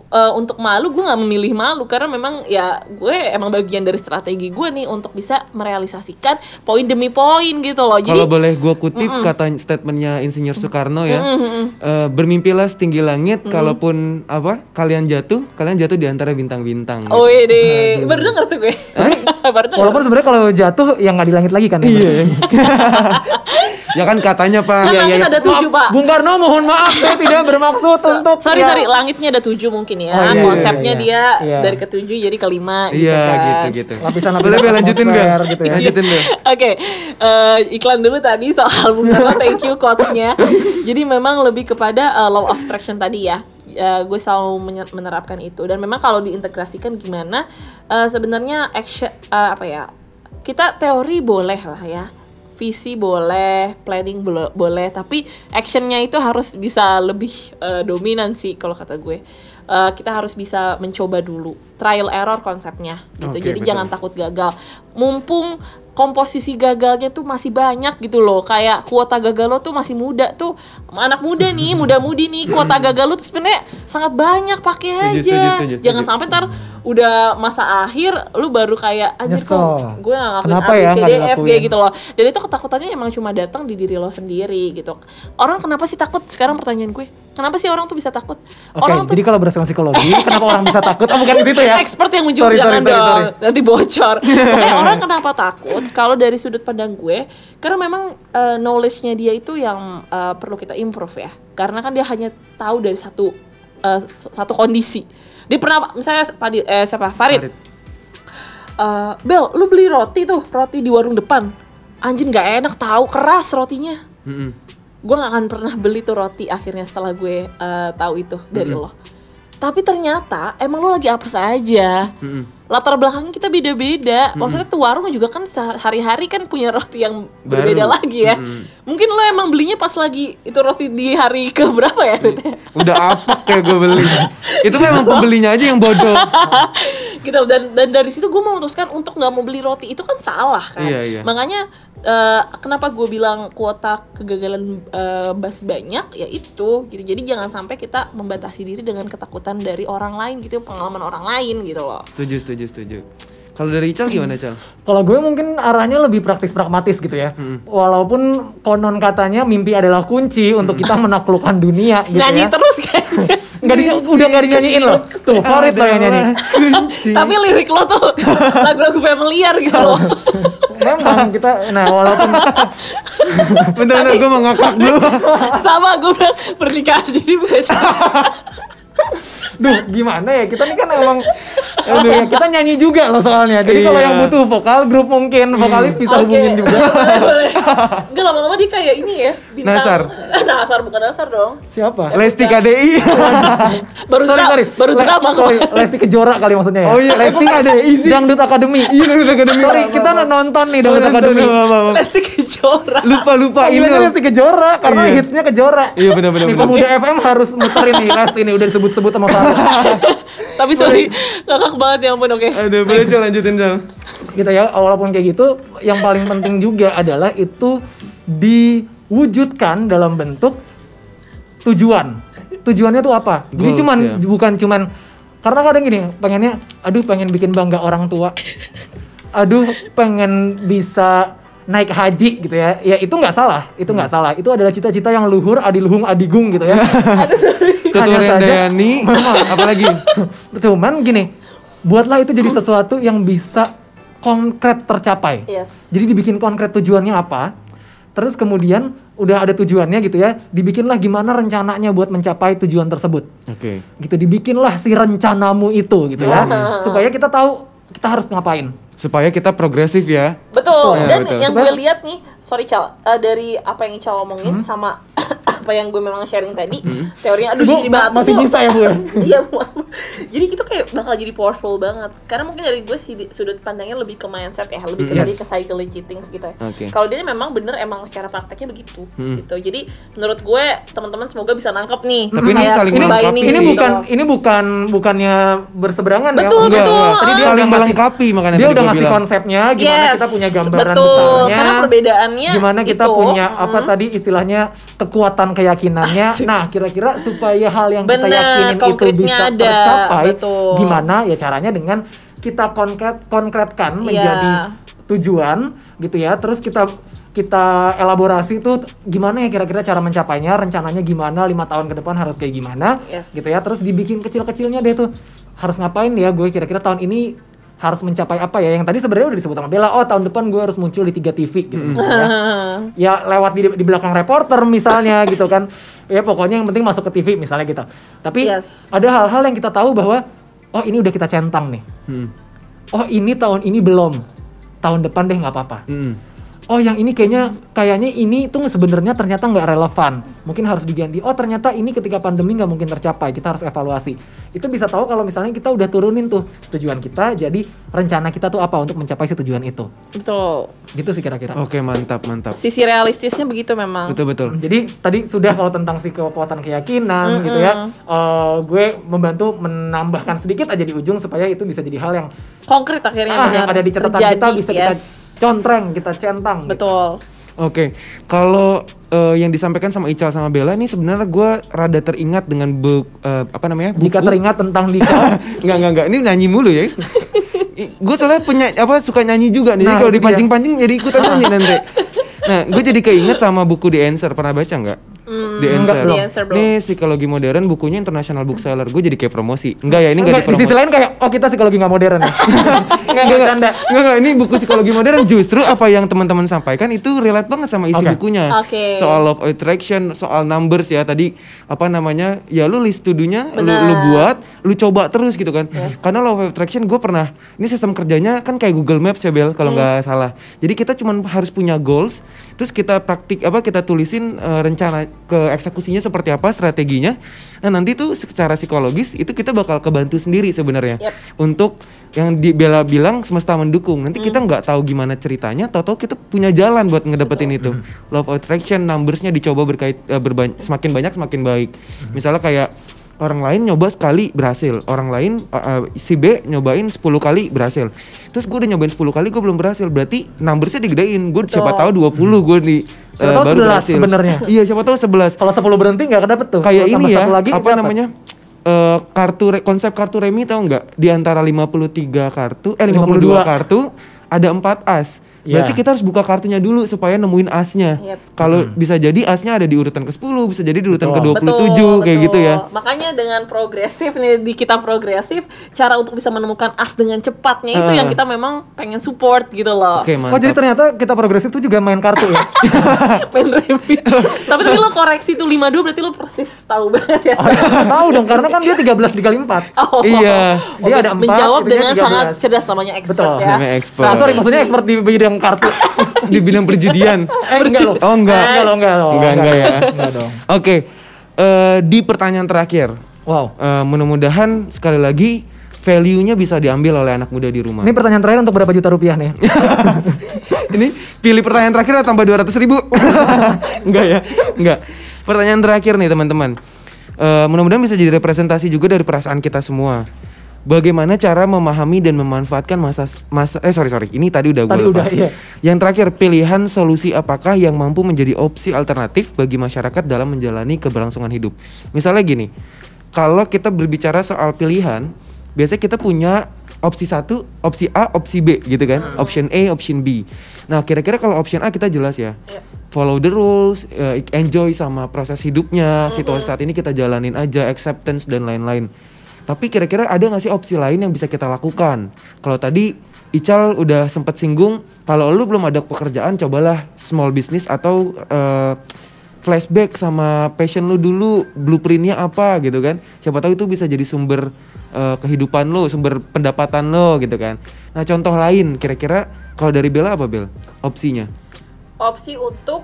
untuk malu, gue nggak memilih malu karena memang ya gue emang bagian dari strategi gue nih untuk bisa merealisasikan poin demi poin gitu loh. Jadi kalau boleh gue kutip kata statementnya Insinyur Soekarno ya, bermimpilah setinggi langit, kalaupun kalian jatuh di antara bintang-bintang. Oh iya deh, baru denger tuh gue. Baru denger. Walaupun sebenarnya kalau jatuh yang nggak di langit lagi kan. Iya. Ya kan katanya Pak. Kan langit ada 7 Pak. Bung Karno mohon maaf, saya tidak bermaksud untuk. Sorry, langitnya ada 7 mungkin ya. Oh, iya, konsepnya iya. dia dari ke-7 jadi ke-5 gitu Iya kan. gitu. Lapisan-lapisan Boleh lanjutin atmosfer Bel. gitu ya. Lanjutin Bel. Oke, iklan dulu tadi soal Bung Karno, thank you quotes-nya. Jadi memang lebih kepada law of attraction tadi ya. Gue selalu menerapkan itu, dan memang kalau diintegrasikan gimana sebenarnya action kita teori boleh lah ya, visi boleh, planning boleh, tapi actionnya itu harus bisa lebih dominan sih kalau kata gue. Kita harus bisa mencoba dulu, trial error konsepnya gitu. Oke, Jadi betul. jangan takut gagal, mumpung komposisi gagalnya tuh masih banyak gitu loh. Kayak kuota gagal lo tuh masih muda tuh, anak muda nih, muda-mudi nih, kuota gagal lo tuh sebenarnya sangat banyak, pakai aja. Setuju. Jangan sampai ntar udah masa akhir lu baru kayak anjir Nyesel. kok gue gak ngelakuin Kenapa A, B, ya C, nggak D, F, G dilakuin? gitu loh. Dan itu ketakutannya emang cuma datang di diri lo sendiri gitu. Orang kenapa sih takut? Sekarang pertanyaan gue, kenapa sih orang tuh bisa takut? Oke, Orang tuh jadi kalau berdasarkan psikologi, kenapa orang bisa takut? Oh, bukan di situ ya. expert yang ujung jangan dong, nanti bocor. Makanya orang kenapa takut? Kalau dari sudut pandang gue, karena memang knowledge-nya dia itu yang perlu kita improve ya. Karena kan dia hanya tahu dari satu kondisi. Dia pernah, misalnya Farid. Bel, lu beli roti di warung depan. Anjir nggak enak, tahu keras rotinya. Gue nggak akan pernah beli tuh roti akhirnya setelah gue tahu itu dari lo. Tapi ternyata emang lo lagi apes aja. Latar belakangnya kita beda-beda. Maksudnya tuh warung juga kan hari-hari kan punya roti yang berbeda lagi ya. Mungkin lo emang belinya pas lagi itu roti di hari ke berapa ya? Udah apak kayak gue beli. Itu memang pembelinya aja yang bodoh. Gitu, dan dari situ gue memutuskan untuk nggak mau beli roti itu kan salah kan. Iya. Makanya kenapa gue bilang kuota kegagalan masih banyak ya itu gitu. Jadi jangan sampai kita membatasi diri dengan ketakutan dari orang lain gitu, pengalaman orang lain gitu loh. Setuju. Kalau dari Ical gimana Cal? Kalau gue mungkin arahnya lebih praktis pragmatis gitu ya. Walaupun konon katanya mimpi adalah kunci untuk kita menaklukkan dunia gitu Nyanyi ya. terus kayaknya. Udah nggak dinyanyiin loh. Tuh, Farid loh yang nyanyi. Tapi lirik lo tuh lagu-lagu familiar gitu loh. Memang kita, walaupun Bentar, gue mau ngakak dulu. Sama gue bilang pernikahan jadi bukan. duh gimana ya, kita nih kan emang kita nyanyi juga loh soalnya. Jadi kalau yang butuh vokal grup mungkin vokalis bisa hubungin juga. Boleh. Enggak, lama-lama dia kayak ini ya, bintang. Nasar bukan Nasar dong. Siapa? Lesti KDI. Baru drama kok. Lesti Kejora kali maksudnya ya. Oh iya, Lesti KDI Dangdut Academy. Iya, Dangdut Academy. Sorry, kita nonton nih Dangdut Academy. Lesti Kejora. Lupa ini. Ini Lesti Kejora karena Iya. hitsnya Kejora. Iya benar. Nih Pemuda FM harus muterin nih Lesti nih, udah disebut-sebut sama Farah. Tapi sorry, ngakak banget ya ampun. Oke. Aduh, boleh Cal lanjutin Cal. Gitu ya, walaupun kayak gitu, yang paling penting juga adalah itu diwujudkan dalam bentuk tujuan. Tujuannya tuh apa? Jadi Goals, bukan cuman karena kadang gini, pengennya pengen bikin bangga orang tua. Pengen bisa naik haji gitu ya. Ya itu nggak salah, Itu adalah cita-cita yang luhur, adiluhung, adigung gitu ya. Hanya saja apalagi. Cuman gini, buatlah itu jadi sesuatu yang bisa konkret tercapai. Yes. Jadi dibikin konkret tujuannya apa. Terus kemudian udah ada tujuannya gitu ya, dibikinlah gimana rencananya buat mencapai tujuan tersebut. Oke. Gitu, dibikinlah si rencanamu itu gitu ya. Supaya kita tahu kita harus ngapain. Supaya kita progresif ya. Betul. Dan betul. yang gue lihat nih, sorry Cal, dari apa yang Ical omongin sama apa yang gue memang sharing tadi, teorinya Bu, jadi batu. masih bisa ya Bu ya? Iya Bu. Jadi itu kayak bakal jadi powerful banget. Karena mungkin dari gue sudut pandangnya lebih ke mindset ya, lebih ke tadi ke psychology things gitu ya. Kalau dia memang bener emang secara prakteknya begitu gitu. Jadi menurut gue teman-teman semoga bisa nangkep nih. Tapi ini saling melengkapi ini sih. ini bukannya berseberangan betul, ya. Betul. Tadi dia saling udah melengkapi makanya dia tadi udah gua ngasih bilang. konsepnya gimana kita punya gambaran betul. besarnya. Karena perbedaannya gimana kita itu, punya apa tadi istilahnya kekuatan keyakinannya. Nah, kira-kira supaya hal yang kita yakinin itu bisa tercapai, gimana ya caranya dengan kita konkretkan menjadi tujuan gitu ya. Terus kita elaborasi tuh gimana ya kira-kira cara mencapainya, rencananya gimana, 5 tahun ke depan harus kayak gimana gitu ya. Terus dibikin kecil-kecilnya deh tuh. Harus ngapain ya gue kira-kira tahun ini harus mencapai apa ya, yang tadi sebenarnya udah disebut sama Bella, tahun depan gue harus muncul di 3 TV gitu ya lewat di belakang reporter misalnya gitu kan, ya pokoknya yang penting masuk ke TV misalnya gitu. Tapi ada hal-hal yang kita tahu bahwa ini udah kita centang nih, ini tahun ini belum, tahun depan deh nggak apa-apa. Yang ini kayaknya ini tuh sebenarnya ternyata nggak relevan, mungkin harus diganti. Ternyata ini ketika pandemi nggak mungkin tercapai, kita harus evaluasi. Itu bisa tahu kalau misalnya kita udah turunin tuh tujuan kita, jadi rencana kita tuh apa untuk mencapai si tujuan itu. Betul. Gitu sih kira-kira. Oke, mantap. Sisi realistisnya begitu memang. Betul. Jadi tadi sudah kalau tentang si kekuatan keyakinan gitu ya, gue membantu menambahkan sedikit aja di ujung supaya itu bisa jadi hal yang konkret akhirnya yang ada di catatan kita bisa kita contreng, kita centang. Betul. Oke, kalau yang disampaikan sama Ical sama Bella ini sebenarnya gue rada teringat dengan buku. Jika teringat tentang Dika. Enggak, ini nyanyi mulu ya. Gue soalnya suka nyanyi juga nih. Jadi kalau dipancing-pancing jadi ikutan nyanyi nanti. Nah, gue jadi keinget sama buku The Answer. Pernah baca nggak? The Answer. Ini psikologi modern, bukunya international bookseller. Gue jadi kayak promosi. Enggak ya, ini enggak dipromosi. Di sisi lain kayak kita psikologi nggak modern. Enggak, ini buku psikologi modern justru apa yang teman-teman sampaikan itu relate banget sama isi bukunya. Soal law of attraction, soal numbers ya tadi ya lu list to-do-nya lu buat, lu coba terus gitu kan. Karena law of attraction gue pernah, ini sistem kerjanya kan kayak Google Maps ya Bel kalau nggak salah. Jadi kita cuma harus punya goals, terus kita kita tulisin rencana ke eksekusinya seperti apa, strateginya. Nah nanti tuh secara psikologis itu kita bakal kebantu sendiri sebenarnya untuk yang Bella bilang semesta mendukung. Nanti kita nggak tahu gimana ceritanya, tahu-tahu kita punya jalan buat ngedapetin itu. Law of attraction, numbersnya dicoba semakin banyak semakin baik. Misalnya kayak orang lain nyoba sekali berhasil, orang lain si B nyobain 10 kali berhasil. Terus gue udah nyobain 10 kali gue belum berhasil, berarti numbersnya digedein. Gue siapa tahu 20 gue baru 11 berhasil. Sebenarnya. Iya, siapa tahu 11. Kalau 10 berhenti nggak kedapet tuh. Kayak ini ya, konsep kartu remi tau nggak? Di antara 52 kartu ada 4 as. Berarti kita harus buka kartunya dulu supaya nemuin asnya. Kalau bisa jadi asnya ada di urutan ke-10, bisa jadi di urutan ke-27 kayak gitu ya. Makanya dengan progresif nih, di kita progresif, cara untuk bisa menemukan as dengan cepatnya itu yang kita memang pengen support gitu loh. Jadi ternyata kita progresif tuh juga main kartu ya. Main remi. Tapi tadi lo koreksi tuh 52 berarti lo persis tahu banget ya. Tahu dong karena kan dia 13 dikali 4. Iya. Dia ada 4. Menjawab dengan sangat cerdas, namanya expert ya. Namanya expert. Nah, sorry maksudnya expert di bidang kartu. Di bidang perjudian. Enggak loh. Enggak ya. Enggak dong. Oke. Di pertanyaan terakhir. Wow. Mudah-mudahan sekali lagi value-nya bisa diambil oleh anak muda di rumah. Ini pertanyaan terakhir untuk berapa juta rupiah nih? Ini pilih pertanyaan terakhir tambah 200.000. Enggak. Pertanyaan terakhir nih teman-teman. Mudah-mudahan bisa jadi representasi juga dari perasaan kita semua. Bagaimana cara memahami dan memanfaatkan ini tadi udah gue lepas. Iya. Yang terakhir, pilihan solusi apakah yang mampu menjadi opsi alternatif bagi masyarakat dalam menjalani keberlangsungan hidup. Misalnya gini, kalau kita berbicara soal pilihan, biasanya kita punya opsi 1, opsi A, opsi B gitu kan. Option A, option B. Nah kira-kira kalau option A kita jelas ya. Follow the rules, enjoy sama proses hidupnya, situasi saat ini kita jalanin aja, acceptance dan lain-lain. Tapi kira-kira ada nggak sih opsi lain yang bisa kita lakukan? Kalau tadi Ical udah sempat singgung, kalau lu belum ada pekerjaan, cobalah small business atau flashback sama passion lu dulu, blueprintnya apa gitu kan? Siapa tahu itu bisa jadi sumber kehidupan lu, sumber pendapatan lu gitu kan? Nah contoh lain, kira-kira kalau dari Bella apa Bel? Opsinya? Opsi untuk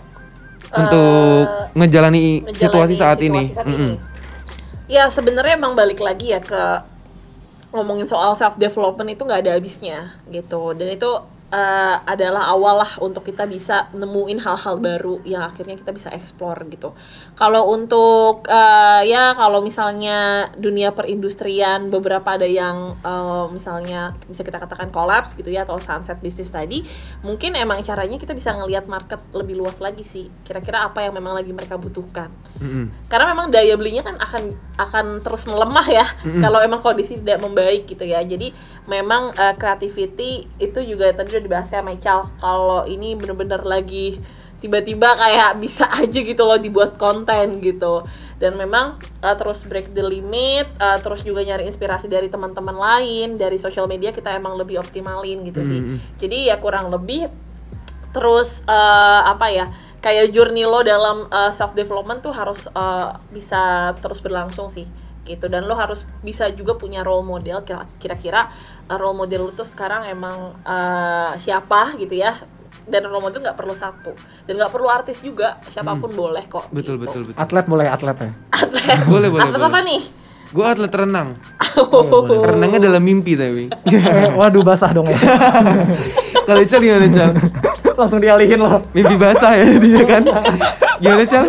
ngejalani situasi saat ini. Ya sebenarnya emang balik lagi ya ke ngomongin soal self development itu nggak ada habisnya gitu, dan itu adalah awal lah untuk kita bisa nemuin hal-hal baru yang akhirnya kita bisa explore gitu. Kalau untuk ya kalau misalnya dunia perindustrian beberapa ada yang misalnya bisa kita katakan collapse gitu ya, atau sunset bisnis tadi, mungkin emang caranya kita bisa ngelihat market lebih luas lagi sih. Kira-kira apa yang memang lagi mereka butuhkan. Karena memang daya belinya kan akan terus melemah ya kalau emang kondisi tidak membaik gitu ya. Jadi memang creativity itu juga tadi udah dibahasnya sama Ical. Kalau ini bener-bener lagi tiba-tiba kayak bisa aja gitu loh dibuat konten gitu. Dan memang terus break the limit, terus juga nyari inspirasi dari teman-teman lain, dari social media kita emang lebih optimalin gitu sih. Jadi ya kurang lebih terus apa ya, kayak journey lo dalam self development tuh harus bisa terus berlangsung sih gitu. Dan lo harus bisa juga punya role model. Kira-kira role model lo tuh sekarang emang siapa gitu ya. Dan role model nggak perlu satu, dan nggak perlu artis juga, siapapun boleh kok. Betul, gitu. betul. Atlet boleh, atlet ya? Atlet. Boleh. Atlet apa nih? Gue atlet renang. Boleh. Renangnya dalam mimpi tapi. Waduh, basah dong ya. Kalau Ical gimana, Cal? Langsung dialihin loh. Mimpi basah ya dia kan. Gimana, Cal?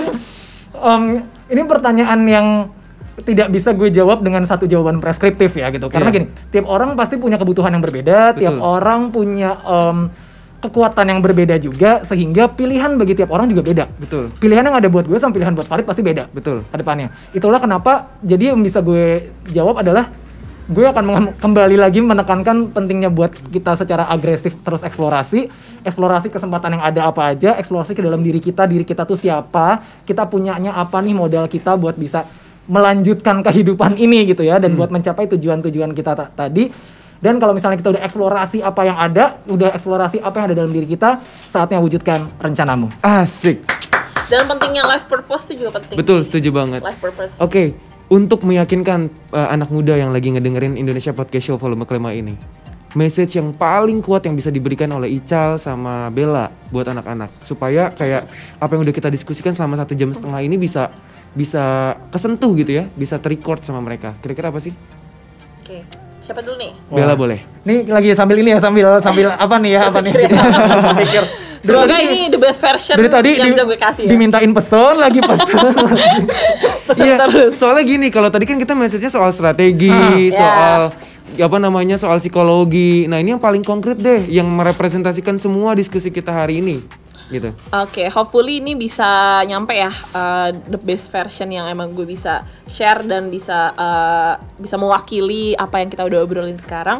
Ini pertanyaan yang tidak bisa gue jawab dengan satu jawaban preskriptif ya gitu. Karena gini, tiap orang pasti punya kebutuhan yang berbeda, tiap orang punya kekuatan yang berbeda juga, sehingga pilihan bagi tiap orang juga beda. Betul. Pilihan yang ada buat gue sama pilihan buat Farid pasti beda. Betul. Ke depannya. Itulah kenapa jadi yang bisa gue jawab adalah gue akan kembali lagi menekankan pentingnya buat kita secara agresif terus eksplorasi kesempatan yang ada apa aja, eksplorasi ke dalam diri kita tuh siapa, kita punyanya apa nih modal kita buat bisa melanjutkan kehidupan ini gitu ya, dan buat mencapai tujuan-tujuan kita tadi. Dan kalau misalnya kita udah eksplorasi apa yang ada, udah eksplorasi apa yang ada dalam diri kita, saatnya wujudkan rencanamu. Asik. Dan pentingnya life purpose itu juga penting. Betul, sih. setuju banget. Life purpose. Oke, untuk meyakinkan anak muda yang lagi ngedengerin Indonesia Podcast Show volume kelima ini, message yang paling kuat yang bisa diberikan oleh Ical sama Bella buat anak-anak, supaya kayak apa yang udah kita diskusikan selama 1,5 jam ini bisa kesentuh gitu ya, bisa ter-record sama mereka. Kira-kira apa sih? Oke. Siapa dulu nih? Bella boleh. Ini lagi sambil ini ya, sambil apa nih ya, apa nih? Pikir. Semoga ini the best version Dari tadi yang bisa gue kasih ya. dimintain pesan lagi pesan. Pesan Iya, terus. soalnya gini, kalau tadi kan kita message-nya soal strategi, soal apa namanya, soal psikologi. Nah, ini yang paling konkret deh, yang merepresentasikan semua diskusi kita hari ini. Gitu. Oke, hopefully ini bisa nyampe ya, the best version yang emang gue bisa share dan bisa mewakili apa yang kita udah obrolin sekarang.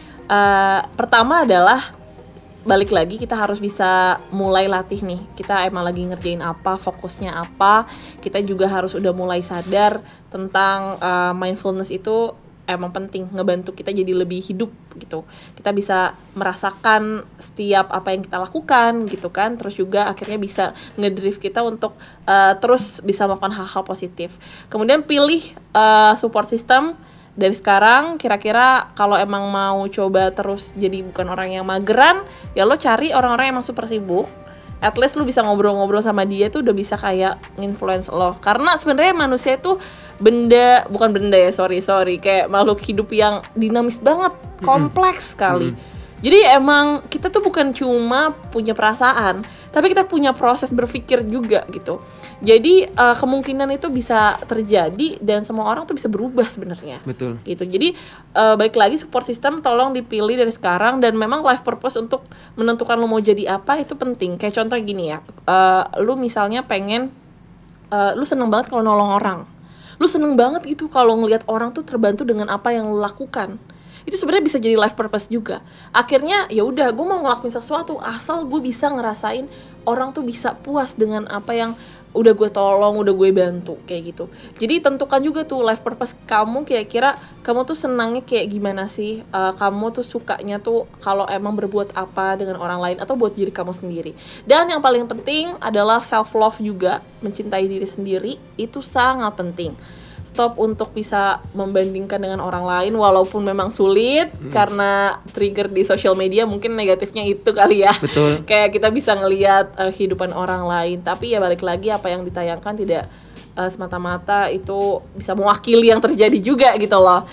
Pertama adalah balik lagi, kita harus bisa mulai latih nih. Kita emang lagi ngerjain apa, fokusnya apa. Kita juga harus udah mulai sadar tentang mindfulness itu emang penting, ngebantu kita jadi lebih hidup gitu. Kita bisa merasakan setiap apa yang kita lakukan gitu kan. Terus juga akhirnya bisa ngedrive kita untuk terus bisa melakukan hal-hal positif. Kemudian pilih support system dari sekarang. Kira-kira kalau emang mau coba terus jadi bukan orang yang mageran, ya lo cari orang-orang yang emang super sibuk. At least lu bisa ngobrol-ngobrol sama dia tuh udah bisa kayak nginfluence lo. Karena sebenarnya manusia itu bukan benda ya, sorry, kayak makhluk hidup yang dinamis banget, kompleks sekali. Jadi emang kita tuh bukan cuma punya perasaan, tapi kita punya proses berpikir juga gitu. Jadi kemungkinan itu bisa terjadi dan semua orang tuh bisa berubah sebenarnya. Betul. Gitu. Jadi balik lagi, support system tolong dipilih dari sekarang, dan memang life purpose untuk menentukan lo mau jadi apa itu penting. Kayak contoh gini ya, lu misalnya pengen lu seneng banget kalau nolong orang. Lu seneng banget gitu kalau ngelihat orang tuh terbantu dengan apa yang lu lakukan. Itu sebenarnya bisa jadi life purpose juga. Akhirnya ya udah, gue mau ngelakuin sesuatu asal gue bisa ngerasain orang tuh bisa puas dengan apa yang udah gue tolong, udah gue bantu, kayak gitu. Jadi tentukan juga tuh life purpose kamu, kira-kira kamu tuh senangnya kayak gimana sih, kamu tuh sukanya tuh kalau emang berbuat apa dengan orang lain atau buat diri kamu sendiri. Dan yang paling penting adalah self love juga, mencintai diri sendiri itu sangat penting. Stop untuk bisa membandingkan dengan orang lain, walaupun memang sulit karena trigger di social media mungkin negatifnya itu kali ya. Betul. Kayak kita bisa ngelihat kehidupan orang lain, tapi ya balik lagi apa yang ditayangkan tidak semata-mata itu bisa mewakili yang terjadi juga gitu loh.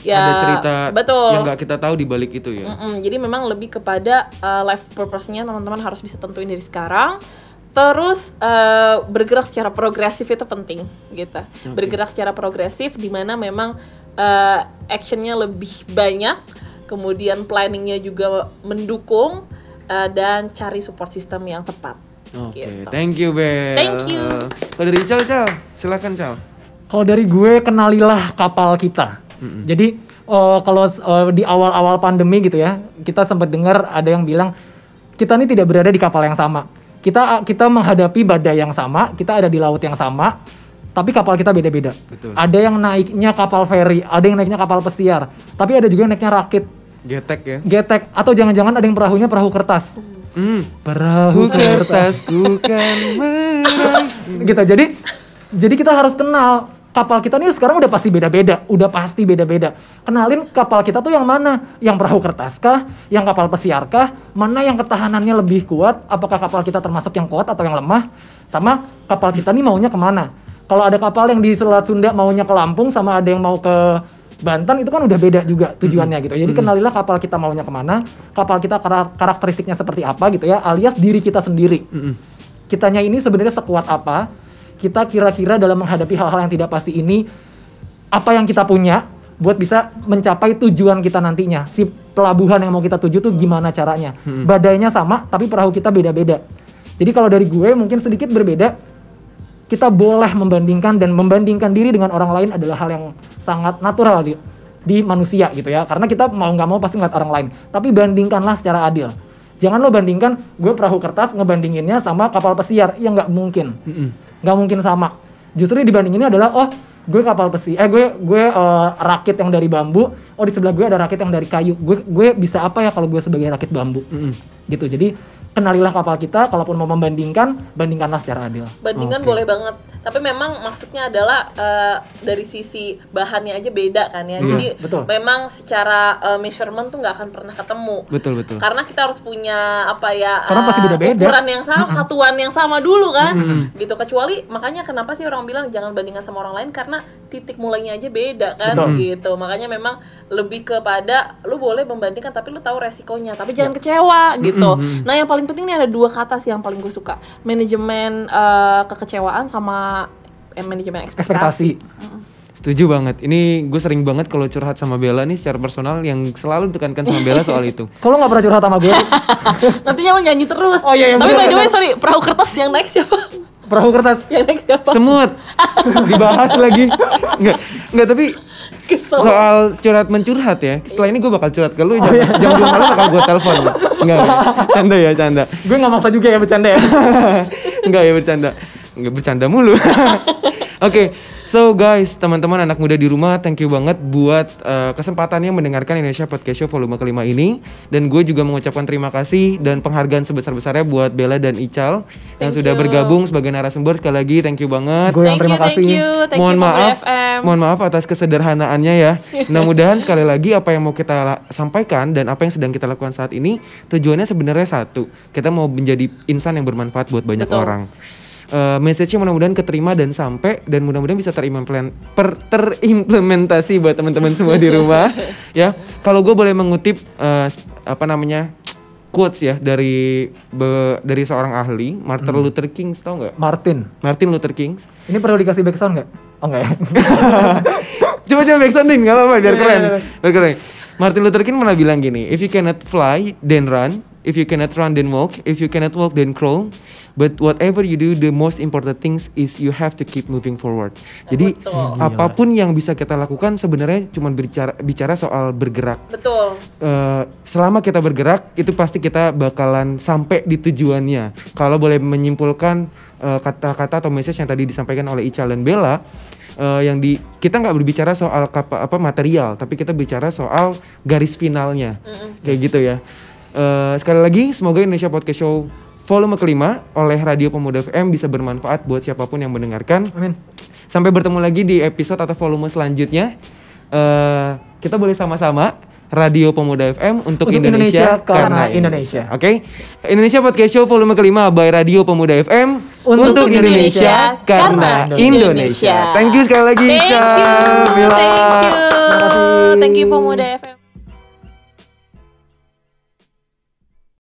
Ya, ada cerita betul. yang nggak kita tahu di balik itu ya. Jadi memang lebih kepada life purpose-nya teman-teman harus bisa tentuin dari sekarang. Terus bergerak secara progresif itu penting gitu. Bergerak secara progresif di mana memang actionnya lebih banyak, kemudian planningnya juga mendukung dan cari support system yang tepat. Oke, Gitu. thank you Bel. Thank you. Kalau dari Cal, silakan Cal. Kalau dari gue, kenalilah kapal kita. Jadi kalau di awal-awal pandemi gitu ya, kita sempat dengar ada yang bilang kita ini tidak berada di kapal yang sama. Kita menghadapi badai yang sama, kita ada di laut yang sama, tapi kapal kita beda-beda. Betul. Ada yang naiknya kapal feri, ada yang naiknya kapal pesiar, tapi ada juga yang naiknya rakit, Getek ya. getek, atau jangan-jangan ada yang perahunya perahu kertas. Perahu Kertasku kan merah. gitu. Jadi kita harus kenal kapal kita nih sekarang udah pasti beda-beda. Kenalin kapal kita tuh yang mana? Yang perahu kertas kah? Yang kapal pesiar kah? Mana yang ketahanannya lebih kuat? Apakah kapal kita termasuk yang kuat atau yang lemah? Sama kapal kita nih maunya kemana? Kalau ada kapal yang di Selat Sunda maunya ke Lampung sama ada yang mau ke Banten, itu kan udah beda juga tujuannya gitu. Jadi kenalilah kapal kita maunya kemana, kapal kita karakteristiknya seperti apa gitu ya, alias diri kita sendiri. Kitanya ini sebenarnya sekuat apa? Kita kira-kira dalam menghadapi hal-hal yang tidak pasti ini, apa yang kita punya buat bisa mencapai tujuan kita nantinya. Si pelabuhan yang mau kita tuju tuh gimana caranya. Badainya sama, tapi perahu kita beda-beda. Jadi kalau dari gue mungkin sedikit berbeda, kita boleh membandingkan, dan membandingkan diri dengan orang lain adalah hal yang sangat natural di manusia gitu ya. Karena kita mau nggak mau pasti ngeliat orang lain. Tapi bandingkanlah secara adil. Jangan lo bandingkan gue perahu kertas ngebandinginnya sama kapal pesiar, ya nggak mungkin. Nggak mungkin sama. Justru dibandinginnya adalah gue kapal pesiar, gue rakit yang dari bambu, di sebelah gue ada rakit yang dari kayu. Gue bisa apa ya kalau gue sebagai rakit bambu? Gitu. Jadi kenalilah kapal kita, kalaupun mau membandingkan, bandingkanlah secara adil. Bandingan boleh banget, tapi memang maksudnya adalah dari sisi bahannya aja beda kan ya. Jadi betul. memang secara measurement tuh nggak akan pernah ketemu. Betul. Karena kita harus punya Karena pasti beda-beda. ukuran yang sama, satuan yang sama dulu kan. Gitu. Kecuali makanya kenapa sih orang bilang jangan bandingkan sama orang lain, karena titik mulainya aja beda kan. Gitu. Makanya memang lebih kepada lu boleh membandingkan tapi lu tahu resikonya, tapi jangan kecewa gitu. Nah, yang paling penting nih ada 2 kata sih yang paling gue suka. Manajemen kekecewaan sama manajemen ekspektasi. Setuju banget. Ini gue sering banget kalau curhat sama Bella nih secara personal, yang selalu ditekankan sama Bella soal itu. Kalau nggak pernah curhat sama gue? Nantinya lu nyanyi terus. Oh iya, tapi bener, by the way, sorry, perahu kertas yang naik siapa? Perahu kertas. Yang naik siapa? Semut. Dibahas lagi. Enggak, tapi Kesel. soal curhat mencurhat ya. Setelah ini gue bakal curhat ke lu, jam 2 malam bakal gue telepon. Enggak. Canda. Gue nggak maksa juga ya bercanda ya. Enggak ya bercanda. Enggak bercanda mulu. Oke, so guys, teman-teman anak muda di rumah, thank you banget buat kesempatannya mendengarkan Indonesia Podcast Show volume kelima ini. Dan gue juga mengucapkan terima kasih dan penghargaan sebesar-besarnya buat Bella dan Ical yang sudah bergabung sebagai narasumber. Sekali lagi thank you banget. Gue yang terima kasih. Thank Mohon you, maaf, FM. mohon maaf atas kesederhanaannya ya. Mudah-mudahan sekali lagi apa yang mau kita sampaikan dan apa yang sedang kita lakukan saat ini tujuannya sebenarnya satu. Kita mau menjadi insan yang bermanfaat buat banyak orang. Message-nya mudah-mudahan keterima dan sampai, dan mudah-mudahan bisa terimplementasi buat teman-teman semua di rumah. Ya, kalau gue boleh mengutip quotes ya dari seorang ahli, Martin Luther King, tau nggak? Martin Luther King. Ini perlu dikasih backsound nggak? Oh nggak ya? Coba backsoundin, nggak apa-apa, biar keren. Martin Luther King pernah bilang gini, if you cannot fly, then run. If you cannot run, then walk. If you cannot walk, then crawl. But whatever you do, the most important things is you have to keep moving forward. Jadi apapun yang bisa kita lakukan sebenarnya cuma bicara soal bergerak. Betul. Selama kita bergerak, itu pasti kita bakalan sampai di tujuannya. Kalau boleh menyimpulkan kata-kata atau message yang tadi disampaikan oleh Ical dan Bella, kita nggak berbicara soal material, tapi kita bicara soal garis finalnya. Kayak gitu ya. Sekali lagi, semoga Indonesia Podcast Show volume kelima oleh Radio Pemuda FM bisa bermanfaat buat siapapun yang mendengarkan. Amin. Sampai bertemu lagi di episode atau volume selanjutnya. Kita boleh sama-sama Radio Pemuda FM untuk Indonesia karena Indonesia. Oke? Indonesia Podcast Show volume kelima by Radio Pemuda FM. untuk Indonesia karena Indonesia. Thank you sekali lagi, Ica. Thank you pemuda FM.